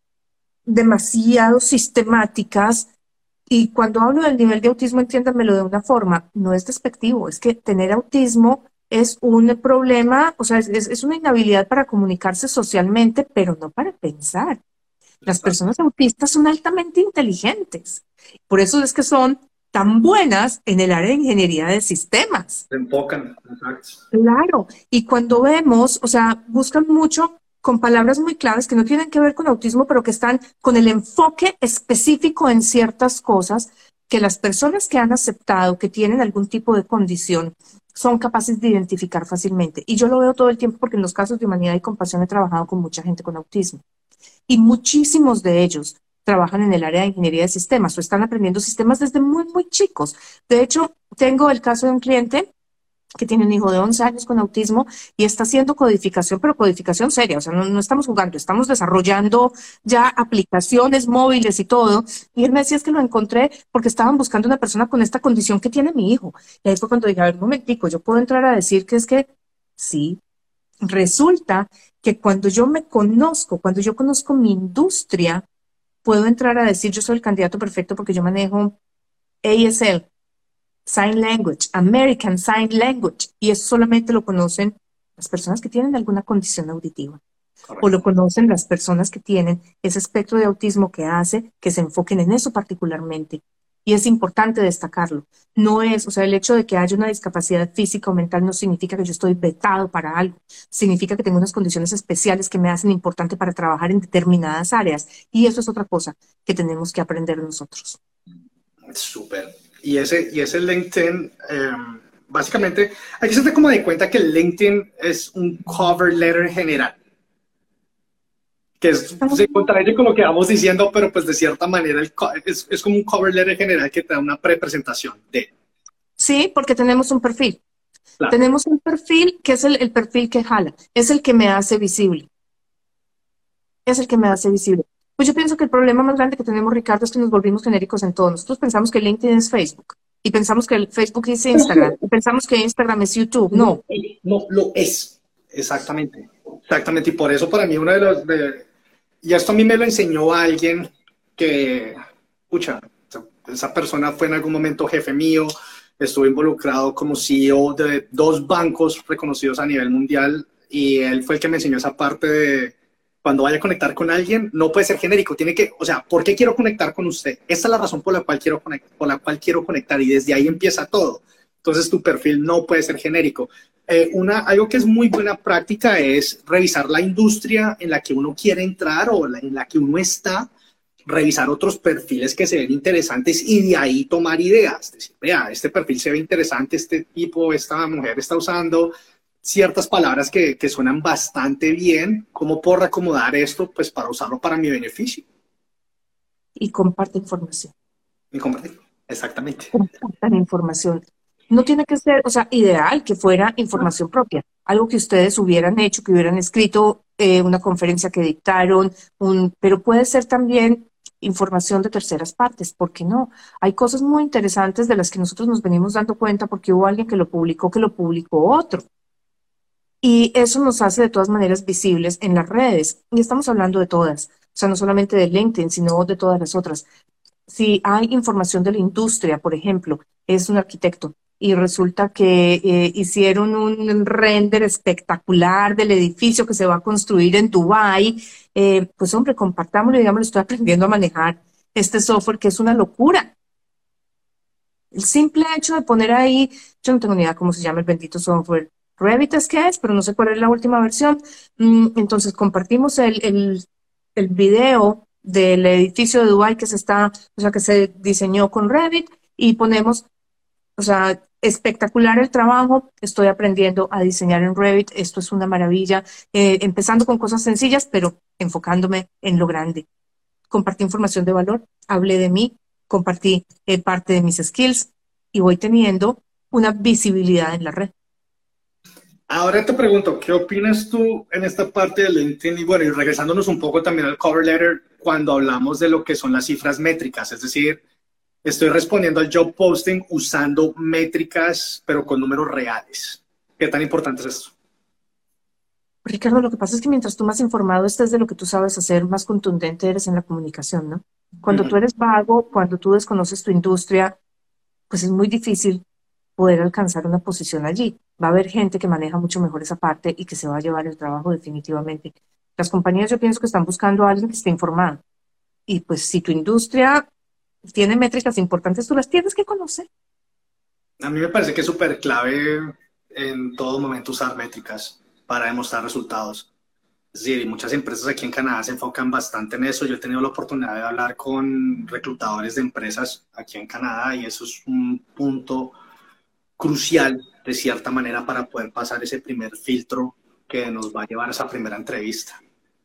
demasiado sistemáticas. Y cuando hablo del nivel de autismo, entiéndanmelo de una forma, no es despectivo, es que tener autismo es un problema, o sea, es una inhabilidad para comunicarse socialmente, pero no para pensar. Las personas autistas son altamente inteligentes. Por eso es que son tan buenas en el área de ingeniería de sistemas. Se enfocan, exacto. Claro, y cuando vemos, o sea, buscan mucho con palabras muy claves que no tienen que ver con autismo, pero que están con el enfoque específico en ciertas cosas que las personas que han aceptado que tienen algún tipo de condición son capaces de identificar fácilmente. Y yo lo veo todo el tiempo porque en los casos de humanidad y compasión he trabajado con mucha gente con autismo. Y muchísimos de ellos trabajan en el área de ingeniería de sistemas o están aprendiendo sistemas desde muy, muy chicos. De hecho, tengo el caso de un cliente que tiene un hijo de 11 años con autismo y está haciendo codificación, pero codificación seria, o sea, no estamos jugando, estamos desarrollando ya aplicaciones móviles y todo. Y él me decía, es que lo encontré porque estaban buscando una persona con esta condición que tiene mi hijo. Y ahí fue cuando dije, a ver, un momentico, yo puedo entrar a decir que es que sí, resulta que cuando yo me conozco, cuando yo conozco mi industria, puedo entrar a decir, yo soy el candidato perfecto porque yo manejo ASL, Sign Language, American Sign Language, y eso solamente lo conocen las personas que tienen alguna condición auditiva. Correcto. O lo conocen las personas que tienen ese espectro de autismo que hace que se enfoquen en eso particularmente. Y es importante destacarlo. No es, o sea, el hecho de que haya una discapacidad física o mental no significa que yo estoy vetado para algo. Significa que tengo unas condiciones especiales que me hacen importante para trabajar en determinadas áreas. Y eso es otra cosa que tenemos que aprender nosotros. Súper. Y ese LinkedIn, básicamente, hay que se como de cuenta que el LinkedIn es un cover letter general. Que se contradice con lo que vamos diciendo, pero pues de cierta manera es como un cover letter general que te da una prepresentación de. Sí, porque tenemos un perfil. Claro. Tenemos un perfil que es el perfil que jala, es el que me hace visible. Es el que me hace visible. Pues yo pienso que el problema más grande que tenemos, Ricardo, es que nos volvimos genéricos en todo. Nosotros pensamos que LinkedIn es Facebook, y pensamos que el Facebook es Instagram, y pensamos que Instagram es YouTube. No. No, lo es. Exactamente. Exactamente. Y por eso para mí uno de los... Y esto a mí me lo enseñó alguien que, escucha, esa persona fue en algún momento jefe mío, estuve involucrado como CEO de 2 bancos reconocidos a nivel mundial y él fue el que me enseñó esa parte de cuando vaya a conectar con alguien, no puede ser genérico, tiene que, o sea, ¿por qué quiero conectar con usted? Esta es la razón por la cual quiero conectar y desde ahí empieza todo. Entonces tu perfil no puede ser genérico. Algo que es muy buena práctica es revisar la industria en la que uno quiere entrar o en la que uno está, revisar otros perfiles que se ven interesantes y de ahí tomar ideas. Decir, vea, este perfil se ve interesante, este tipo, esta mujer está usando ciertas palabras que suenan bastante bien. ¿Cómo puedo reacomodar esto pues, para usarlo para mi beneficio? Y comparte información. Y compartir, exactamente. Compartan información. No tiene que ser, o sea, ideal que fuera información propia, algo que ustedes hubieran hecho, que hubieran escrito, una conferencia que dictaron, pero puede ser también información de terceras partes, ¿por qué no? Hay cosas muy interesantes de las que nosotros nos venimos dando cuenta porque hubo alguien que lo publicó otro. Y eso nos hace de todas maneras visibles en las redes. Y estamos hablando de todas, o sea, no solamente de LinkedIn, sino de todas las otras. Si hay información de la industria, por ejemplo, es un arquitecto y resulta que hicieron un render espectacular del edificio que se va a construir en Dubái, pues hombre, compartámoslo y digámoslo, estoy aprendiendo a manejar este software que es una locura. El simple hecho de poner ahí, yo no tengo ni idea cómo se llama el bendito software, Revit es que es, pero no sé cuál es la última versión. Entonces compartimos el video del edificio de Dubái que se diseñó con Revit y ponemos, o sea, espectacular el trabajo, estoy aprendiendo a diseñar en Revit, esto es una maravilla, empezando con cosas sencillas, pero enfocándome en lo grande. Compartí información de valor, hablé de mí, compartí parte de mis skills y voy teniendo una visibilidad en la red. Ahora te pregunto, ¿qué opinas tú en esta parte de LinkedIn? Y bueno, y regresándonos un poco también al cover letter, cuando hablamos de lo que son las cifras métricas, es decir, estoy respondiendo al job posting usando métricas, pero con números reales. ¿Qué tan importante es esto? Ricardo, lo que pasa es que mientras tú más informado estés de lo que tú sabes hacer, más contundente eres en la comunicación, ¿no? Cuando tú eres vago, cuando tú desconoces tu industria, pues es muy difícil poder alcanzar una posición allí. Va a haber gente que maneja mucho mejor esa parte y que se va a llevar el trabajo definitivamente. Las compañías yo pienso que están buscando a alguien que esté informado. Y pues si tu industria tiene métricas importantes, tú las tienes que conocer. A mí me parece que es súper clave en todo momento usar métricas para demostrar resultados. Es decir, muchas empresas aquí en Canadá se enfocan bastante en eso. Yo he tenido la oportunidad de hablar con reclutadores de empresas aquí en Canadá y eso es un punto crucial, de cierta manera, para poder pasar ese primer filtro que nos va a llevar a esa primera entrevista.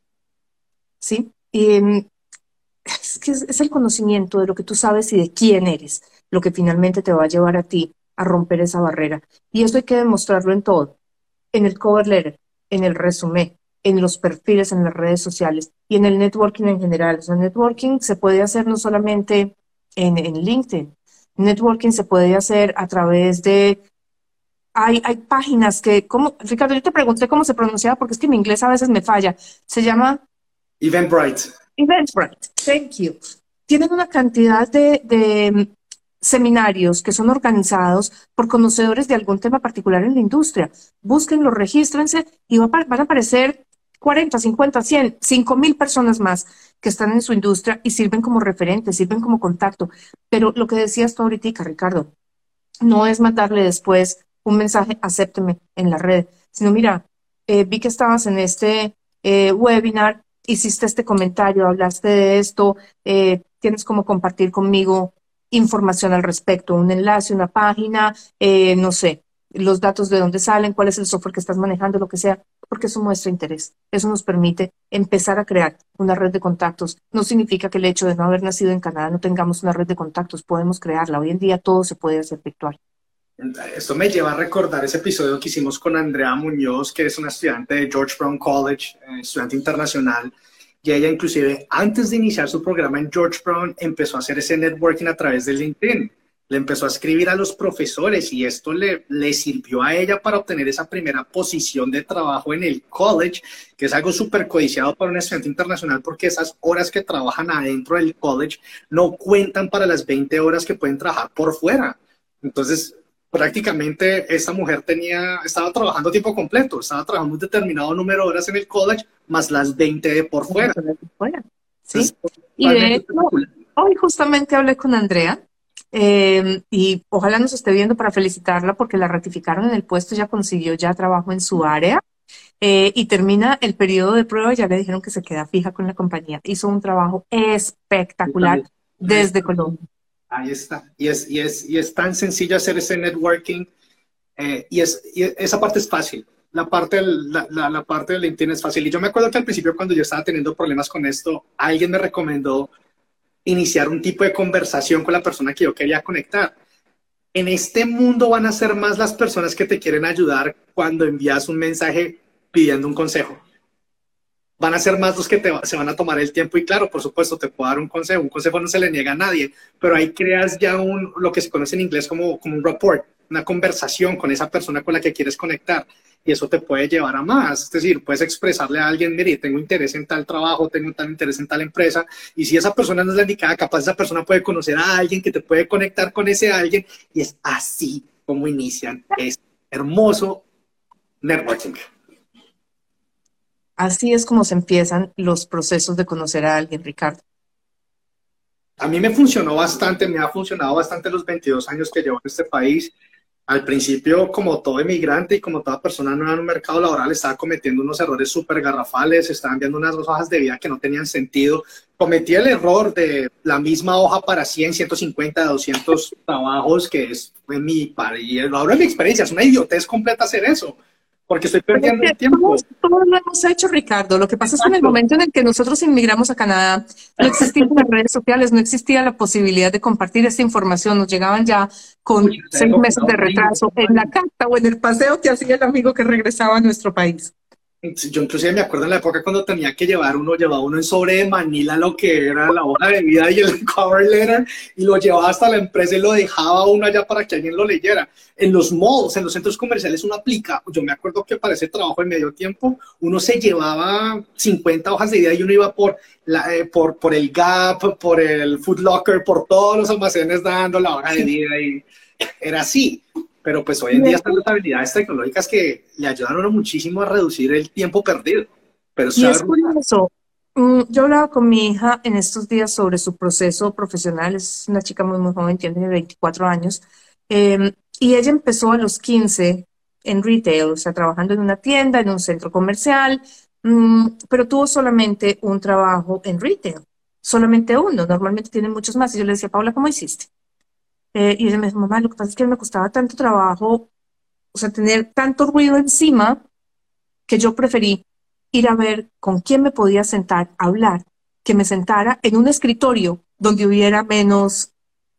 Sí, y es que es el conocimiento de lo que tú sabes y de quién eres, lo que finalmente te va a llevar a ti a romper esa barrera. Y esto hay que demostrarlo en todo, en el cover letter, en el resumen, en los perfiles en las redes sociales y en el networking en general. O sea, el networking se puede hacer no solamente en LinkedIn, networking se puede hacer a través de... Hay páginas que, Ricardo, yo te pregunté cómo se pronunciaba porque es que mi inglés a veces me falla. Se llama... Eventbrite. Eventbrite, thank you. Tienen una cantidad de seminarios que son organizados por conocedores de algún tema particular en la industria. Búsquenlo, regístrense y van a aparecer 40, 50, 100, 5,000 personas más que están en su industria y sirven como referentes, sirven como contacto. Pero lo que decías tú ahorita, Ricardo, no es mandarle después un mensaje, acépteme en la red, sino mira, vi que estabas en este webinar, hiciste este comentario, hablaste de esto, tienes como compartir conmigo información al respecto, un enlace, una página, no sé, los datos de dónde salen, cuál es el software que estás manejando, lo que sea, porque eso muestra interés. Eso nos permite empezar a crear una red de contactos. No significa que el hecho de no haber nacido en Canadá no tengamos una red de contactos, podemos crearla. Hoy en día todo se puede hacer virtual. Esto me lleva a recordar ese episodio que hicimos con Andrea Muñoz, que es una estudiante de George Brown College, estudiante internacional, y ella inclusive antes de iniciar su programa en George Brown empezó a hacer ese networking a través de LinkedIn. Le empezó a escribir a los profesores y esto le sirvió a ella para obtener esa primera posición de trabajo en el college, que es algo súper codiciado para un estudiante internacional porque esas horas que trabajan adentro del college no cuentan para las 20 horas que pueden trabajar por fuera. Entonces, prácticamente esta mujer estaba trabajando a tiempo completo, estaba trabajando un determinado número de horas en el college, más las 20 de por fuera. Sí. Entonces, Y de hecho, hoy justamente hablé con Andrea y ojalá nos esté viendo para felicitarla porque la ratificaron en el puesto, ya consiguió ya trabajo en su área y termina el periodo de prueba, ya le dijeron que se queda fija con la compañía. Hizo un trabajo espectacular desde Colombia. Ahí está. Y es tan sencillo hacer ese networking y esa parte es fácil. La parte del LinkedIn es fácil. Y yo me acuerdo que al principio cuando yo estaba teniendo problemas con esto, alguien me recomendó iniciar un tipo de conversación con la persona que yo quería conectar. En este mundo van a ser más las personas que te quieren ayudar cuando envías un mensaje pidiendo un consejo. Van a ser más los que se van a tomar el tiempo y claro, por supuesto, te puedo dar un consejo no se le niega a nadie, pero ahí creas ya lo que se conoce en inglés como un rapport, una conversación con esa persona con la que quieres conectar y eso te puede llevar a más, es decir, puedes expresarle a alguien, mire, tengo interés en tal trabajo, tengo tal interés en tal empresa y si esa persona no es la indicada, capaz esa persona puede conocer a alguien que te puede conectar con ese alguien y es así como inician, es hermoso networking. Así es como se empiezan los procesos de conocer a alguien, Ricardo. A mí me funcionó bastante, me ha funcionado bastante los 22 años que llevo en este país. Al principio, como todo emigrante y como toda persona nueva en un mercado laboral, estaba cometiendo unos errores súper garrafales, estaba enviando unas hojas de vida que no tenían sentido. Cometí el error de la misma hoja para 100, 150, 200 trabajos, que es en mi país. Y lo hablo de mi experiencia, es una idiotez completa hacer eso. Porque estoy perdiendo el tiempo. Todos lo hemos hecho, Ricardo. Lo que pasa es que en el momento en el que nosotros inmigramos a Canadá, no existían las redes sociales, no existía la posibilidad de compartir esta información. Nos llegaban ya con 6 meses de retraso en la carta o en el paseo que hacía el amigo que regresaba a nuestro país. Yo inclusive me acuerdo en la época cuando tenía que llevaba uno en sobre de Manila lo que era la hoja de vida y el cover letter y lo llevaba hasta la empresa y lo dejaba uno allá para que alguien lo leyera. En los malls, en los centros comerciales uno aplica, yo me acuerdo que para ese trabajo de medio tiempo uno se llevaba 50 hojas de vida y uno iba por el Gap, por el Foot Locker, por todos los almacenes dando la hoja de vida y era así. Pero pues hoy en día están las habilidades tecnológicas que le ayudan a uno muchísimo a reducir el tiempo perdido. Pero y es curioso, yo hablaba con mi hija en estos días sobre su proceso profesional, es una chica muy, muy joven, tiene 24 años, y ella empezó a los 15 en retail, o sea, trabajando en una tienda, en un centro comercial, pero tuvo solamente un trabajo en retail, solamente uno, normalmente tienen muchos más. Y yo le decía, Paula, ¿cómo hiciste? Y ella me dijo, mamá, lo que pasa es que me costaba tanto trabajo, o sea, tener tanto ruido encima, que yo preferí ir a ver con quién me podía sentar a hablar, que me sentara en un escritorio donde hubiera menos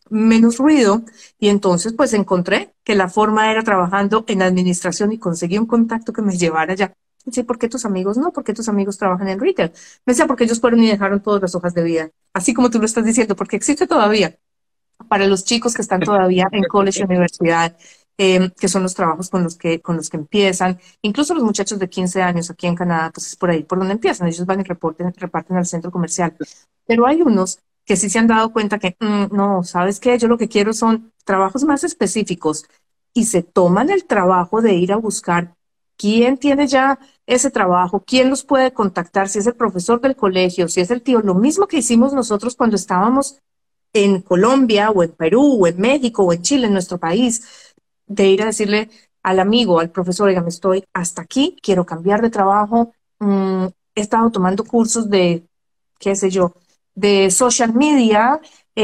ruido. Y entonces pues encontré que la forma era trabajando en administración y conseguí un contacto que me llevara allá. Sí, ¿por qué tus amigos no? ¿Por qué tus amigos trabajan en retail? Me decía, porque ellos fueron y dejaron todas las hojas de vida, así como tú lo estás diciendo, porque existe todavía para los chicos que están todavía en college y universidad, que son los trabajos con los que empiezan. Incluso los muchachos de 15 años aquí en Canadá, pues es por ahí por donde empiezan. Ellos van y reparten al centro comercial. Pero hay unos que sí se han dado cuenta que, no, ¿sabes qué? Yo lo que quiero son trabajos más específicos y se toman el trabajo de ir a buscar quién tiene ya ese trabajo, quién los puede contactar, si es el profesor del colegio, si es el tío. Lo mismo que hicimos nosotros cuando estábamos en Colombia o en Perú o en México o en Chile, en nuestro país, de ir a decirle al amigo, al profesor, oiga, me estoy hasta aquí, quiero cambiar de trabajo, he estado tomando cursos de, qué sé yo, de social media,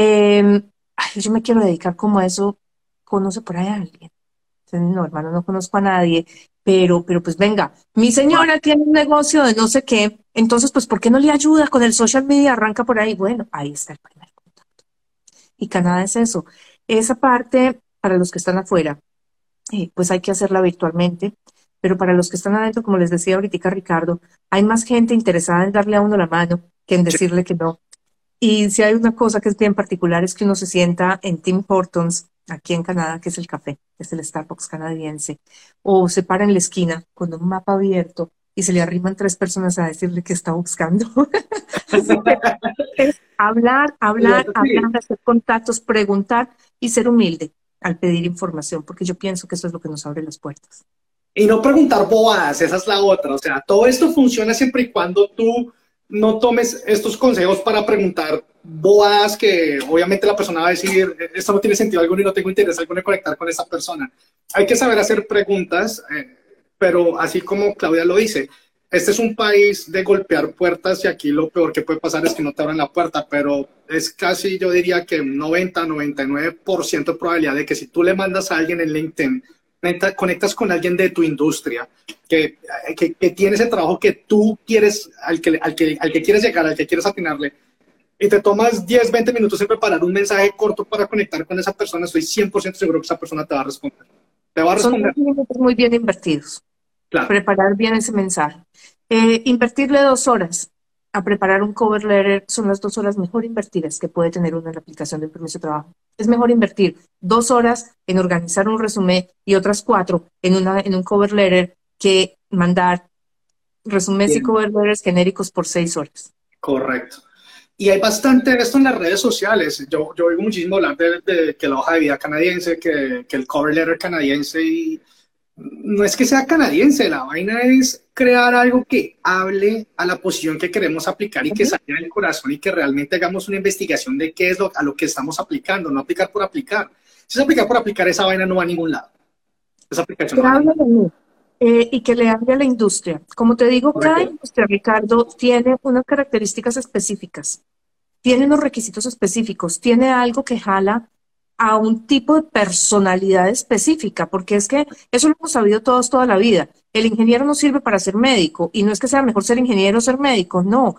yo me quiero dedicar como a eso, ¿conoce por ahí a alguien? Entonces, no, hermano, no conozco a nadie, pero pues venga, mi señora tiene un negocio de no sé qué, entonces pues ¿por qué no le ayuda con el social media? Arranca por ahí, bueno, ahí está el primer. Y Canadá es eso. Esa parte, para los que están afuera, pues hay que hacerla virtualmente, pero para los que están adentro, como les decía ahorita Ricardo, hay más gente interesada en darle a uno la mano que en decirle que no. Y si hay una cosa que es bien particular, es que uno se sienta en Tim Hortons, aquí en Canadá, que es el café, es el Starbucks canadiense, o se para en la esquina con un mapa abierto y se le arriman 3 personas a decirle que está buscando. Así que es hablar, hacer contactos, preguntar y ser humilde al pedir información, porque yo pienso que eso es lo que nos abre las puertas. Y no preguntar bobadas, esa es la otra. O sea, todo esto funciona siempre y cuando tú no tomes estos consejos para preguntar bobadas que obviamente la persona va a decir, esto no tiene sentido alguno y no tengo interés alguno en conectar con esa persona. Hay que saber hacer preguntas, pero así como Claudia lo dice, este es un país de golpear puertas y aquí lo peor que puede pasar es que no te abran la puerta, pero es casi, yo diría que 90-99% de probabilidad de que si tú le mandas a alguien en LinkedIn, conectas con alguien de tu industria que tiene ese trabajo que tú quieres, al que quieres llegar, al que quieres atinarle, y te tomas 10-20 minutos en preparar un mensaje corto para conectar con esa persona, estoy 100% seguro que esa persona te va a responder. Te va a responder. Son minutos muy bien invertidos. Claro. Preparar bien ese mensaje. Invertirle 2 horas a preparar un cover letter son las 2 horas mejor invertidas que puede tener uno en la aplicación de un permiso de trabajo. Es mejor invertir 2 horas en organizar un resumen y otras 4 en un cover letter que mandar resúmenes y cover letters genéricos por 6 horas. Correcto. Y hay bastante de esto en las redes sociales. Yo oigo muchísimo hablar de que la hoja de vida canadiense, que el cover letter canadiense, y no es que sea canadiense, la vaina es crear algo que hable a la posición que queremos aplicar y que salga del corazón y que realmente hagamos una investigación de qué es a lo que estamos aplicando, no aplicar por aplicar. Si es aplicar por aplicar, esa vaina no va a ningún lado. Esa aplicación no va a ningún lado. Y que le hable a la industria. Como te digo, cada industria, Ricardo, tiene unas características específicas, tiene unos requisitos específicos, tiene algo que jala a un tipo de personalidad específica, porque es que eso lo hemos sabido todos toda la vida. El ingeniero no sirve para ser médico, y no es que sea mejor ser ingeniero o ser médico, no.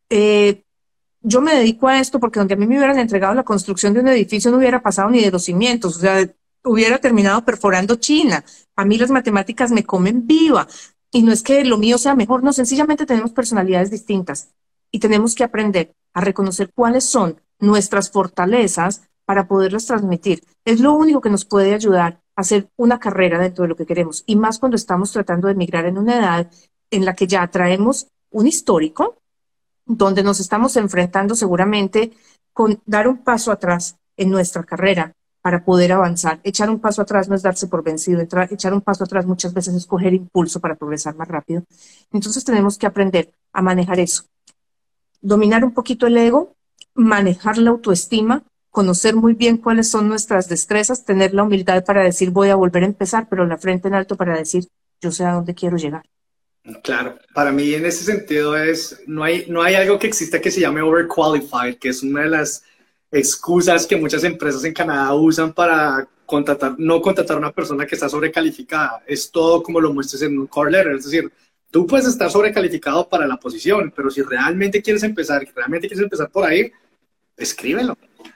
Yo me dedico a esto porque donde a mí me hubieran entregado la construcción de un edificio no hubiera pasado ni de los cimientos, o sea, hubiera terminado perforando China. A mí las matemáticas me comen viva, y no es que lo mío sea mejor, no, sencillamente tenemos personalidades distintas y tenemos que aprender a reconocer cuáles son nuestras fortalezas para poderlas transmitir. Es lo único que nos puede ayudar a hacer una carrera dentro de lo que queremos, y más cuando estamos tratando de migrar en una edad en la que ya traemos un histórico, donde nos estamos enfrentando seguramente con dar un paso atrás en nuestra carrera para poder avanzar. Echar un paso atrás no es darse por vencido, echar un paso atrás muchas veces es coger impulso para progresar más rápido. Entonces tenemos que aprender a manejar eso, dominar un poquito el ego, manejar la autoestima, conocer muy bien cuáles son nuestras destrezas, tener la humildad para decir voy a volver a empezar, pero la frente en alto para decir yo sé a dónde quiero llegar. Claro, para mí en ese sentido no hay algo que exista que se llame overqualified, que es una de las excusas que muchas empresas en Canadá usan para no contratar a una persona que está sobrecalificada. Es todo como lo muestres en un cover letter, es decir, tú puedes estar sobrecalificado para la posición, pero si realmente quieres empezar por ahí, escríbelo.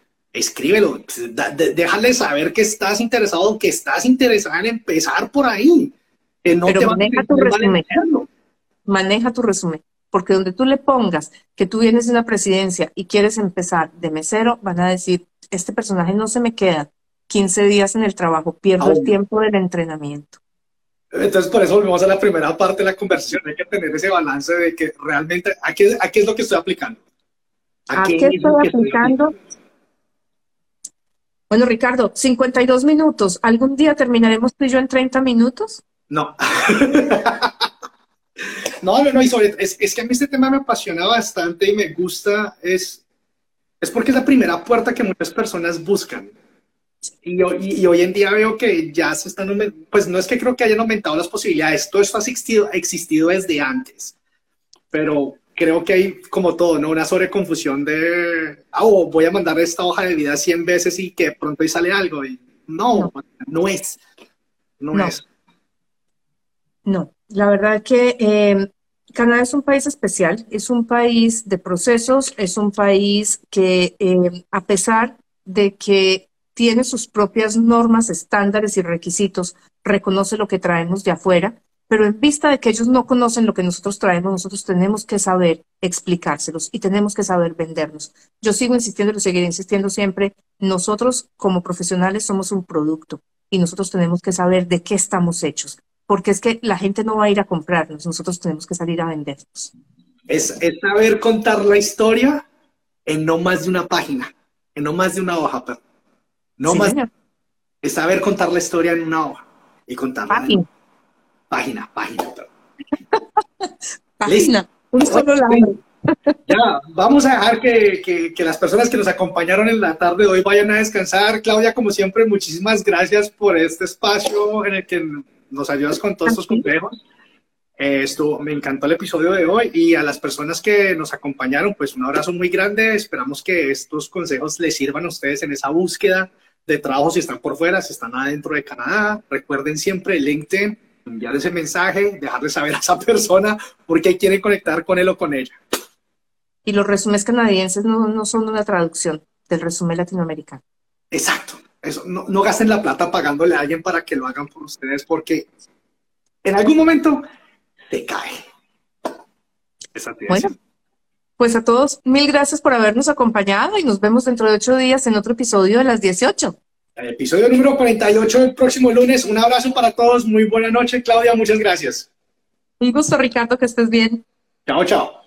Déjale saber que estás interesado, que estás interesada en empezar por ahí. Que no pero te maneja tu resumen. Maneja tu resumen, porque donde tú le pongas que tú vienes de una presidencia y quieres empezar de mesero, van a decir, este personaje no se me queda 15 días en el trabajo, pierdo el tiempo del entrenamiento. Entonces, por eso volvemos a la primera parte de la conversación. Hay que tener ese balance de que realmente, ¿a qué es lo que estoy aplicando? ¿A qué estoy aplicando? Bueno, Ricardo, 52 minutos. ¿Algún día terminaremos tú y yo en 30 minutos? No. No, es que a mí este tema me apasiona bastante y me gusta, es porque es la primera puerta que muchas personas buscan. Y hoy en día veo que ya se están, pues no es que creo que hayan aumentado las posibilidades, todo esto ha existido desde antes, pero creo que hay como todo, ¿no? Una sobreconfusión de, voy a mandar esta hoja de vida 100 veces y que pronto ahí sale algo, y no es. No, la verdad que Canadá es un país especial, es un país de procesos, es un país que a pesar de que tiene sus propias normas, estándares y requisitos, reconoce lo que traemos de afuera, pero en vista de que ellos no conocen lo que nosotros traemos, nosotros tenemos que saber explicárselos y tenemos que saber vendernos. Yo sigo insistiendo y lo seguiré insistiendo siempre, nosotros como profesionales somos un producto y nosotros tenemos que saber de qué estamos hechos. Porque es que la gente no va a ir a comprarnos, nosotros tenemos que salir a vendernos. Es saber contar la historia en no más de una página, en no más de una hoja, pero no sí, más. Señor. Es saber contar la historia en una hoja y contarla. Fácil. Página. Página, un solo lado. Ya, vamos a dejar que las personas que nos acompañaron en la tarde de hoy vayan a descansar. Claudia, como siempre, muchísimas gracias por este espacio en el que nos ayudas con todos estos consejos. Me encantó el episodio de hoy, y a las personas que nos acompañaron, pues un abrazo muy grande. Esperamos que estos consejos les sirvan a ustedes en esa búsqueda de trabajo, si están por fuera, si están adentro de Canadá. Recuerden siempre LinkedIn, enviar ese mensaje, dejarle saber a esa persona porque quieren conectar con él o con ella. Y los resúmenes canadienses no son una traducción del resumen latinoamericano. Exacto. Eso, no gasten la plata pagándole a alguien para que lo hagan por ustedes, porque en algún momento te cae. Bueno, pues a todos, mil gracias por habernos acompañado y nos vemos dentro de 8 días en otro episodio de las 18. El episodio número 48 el próximo lunes. Un abrazo para todos. Muy buena noche, Claudia. Muchas gracias. Un gusto, Ricardo, que estés bien. Chao, chao.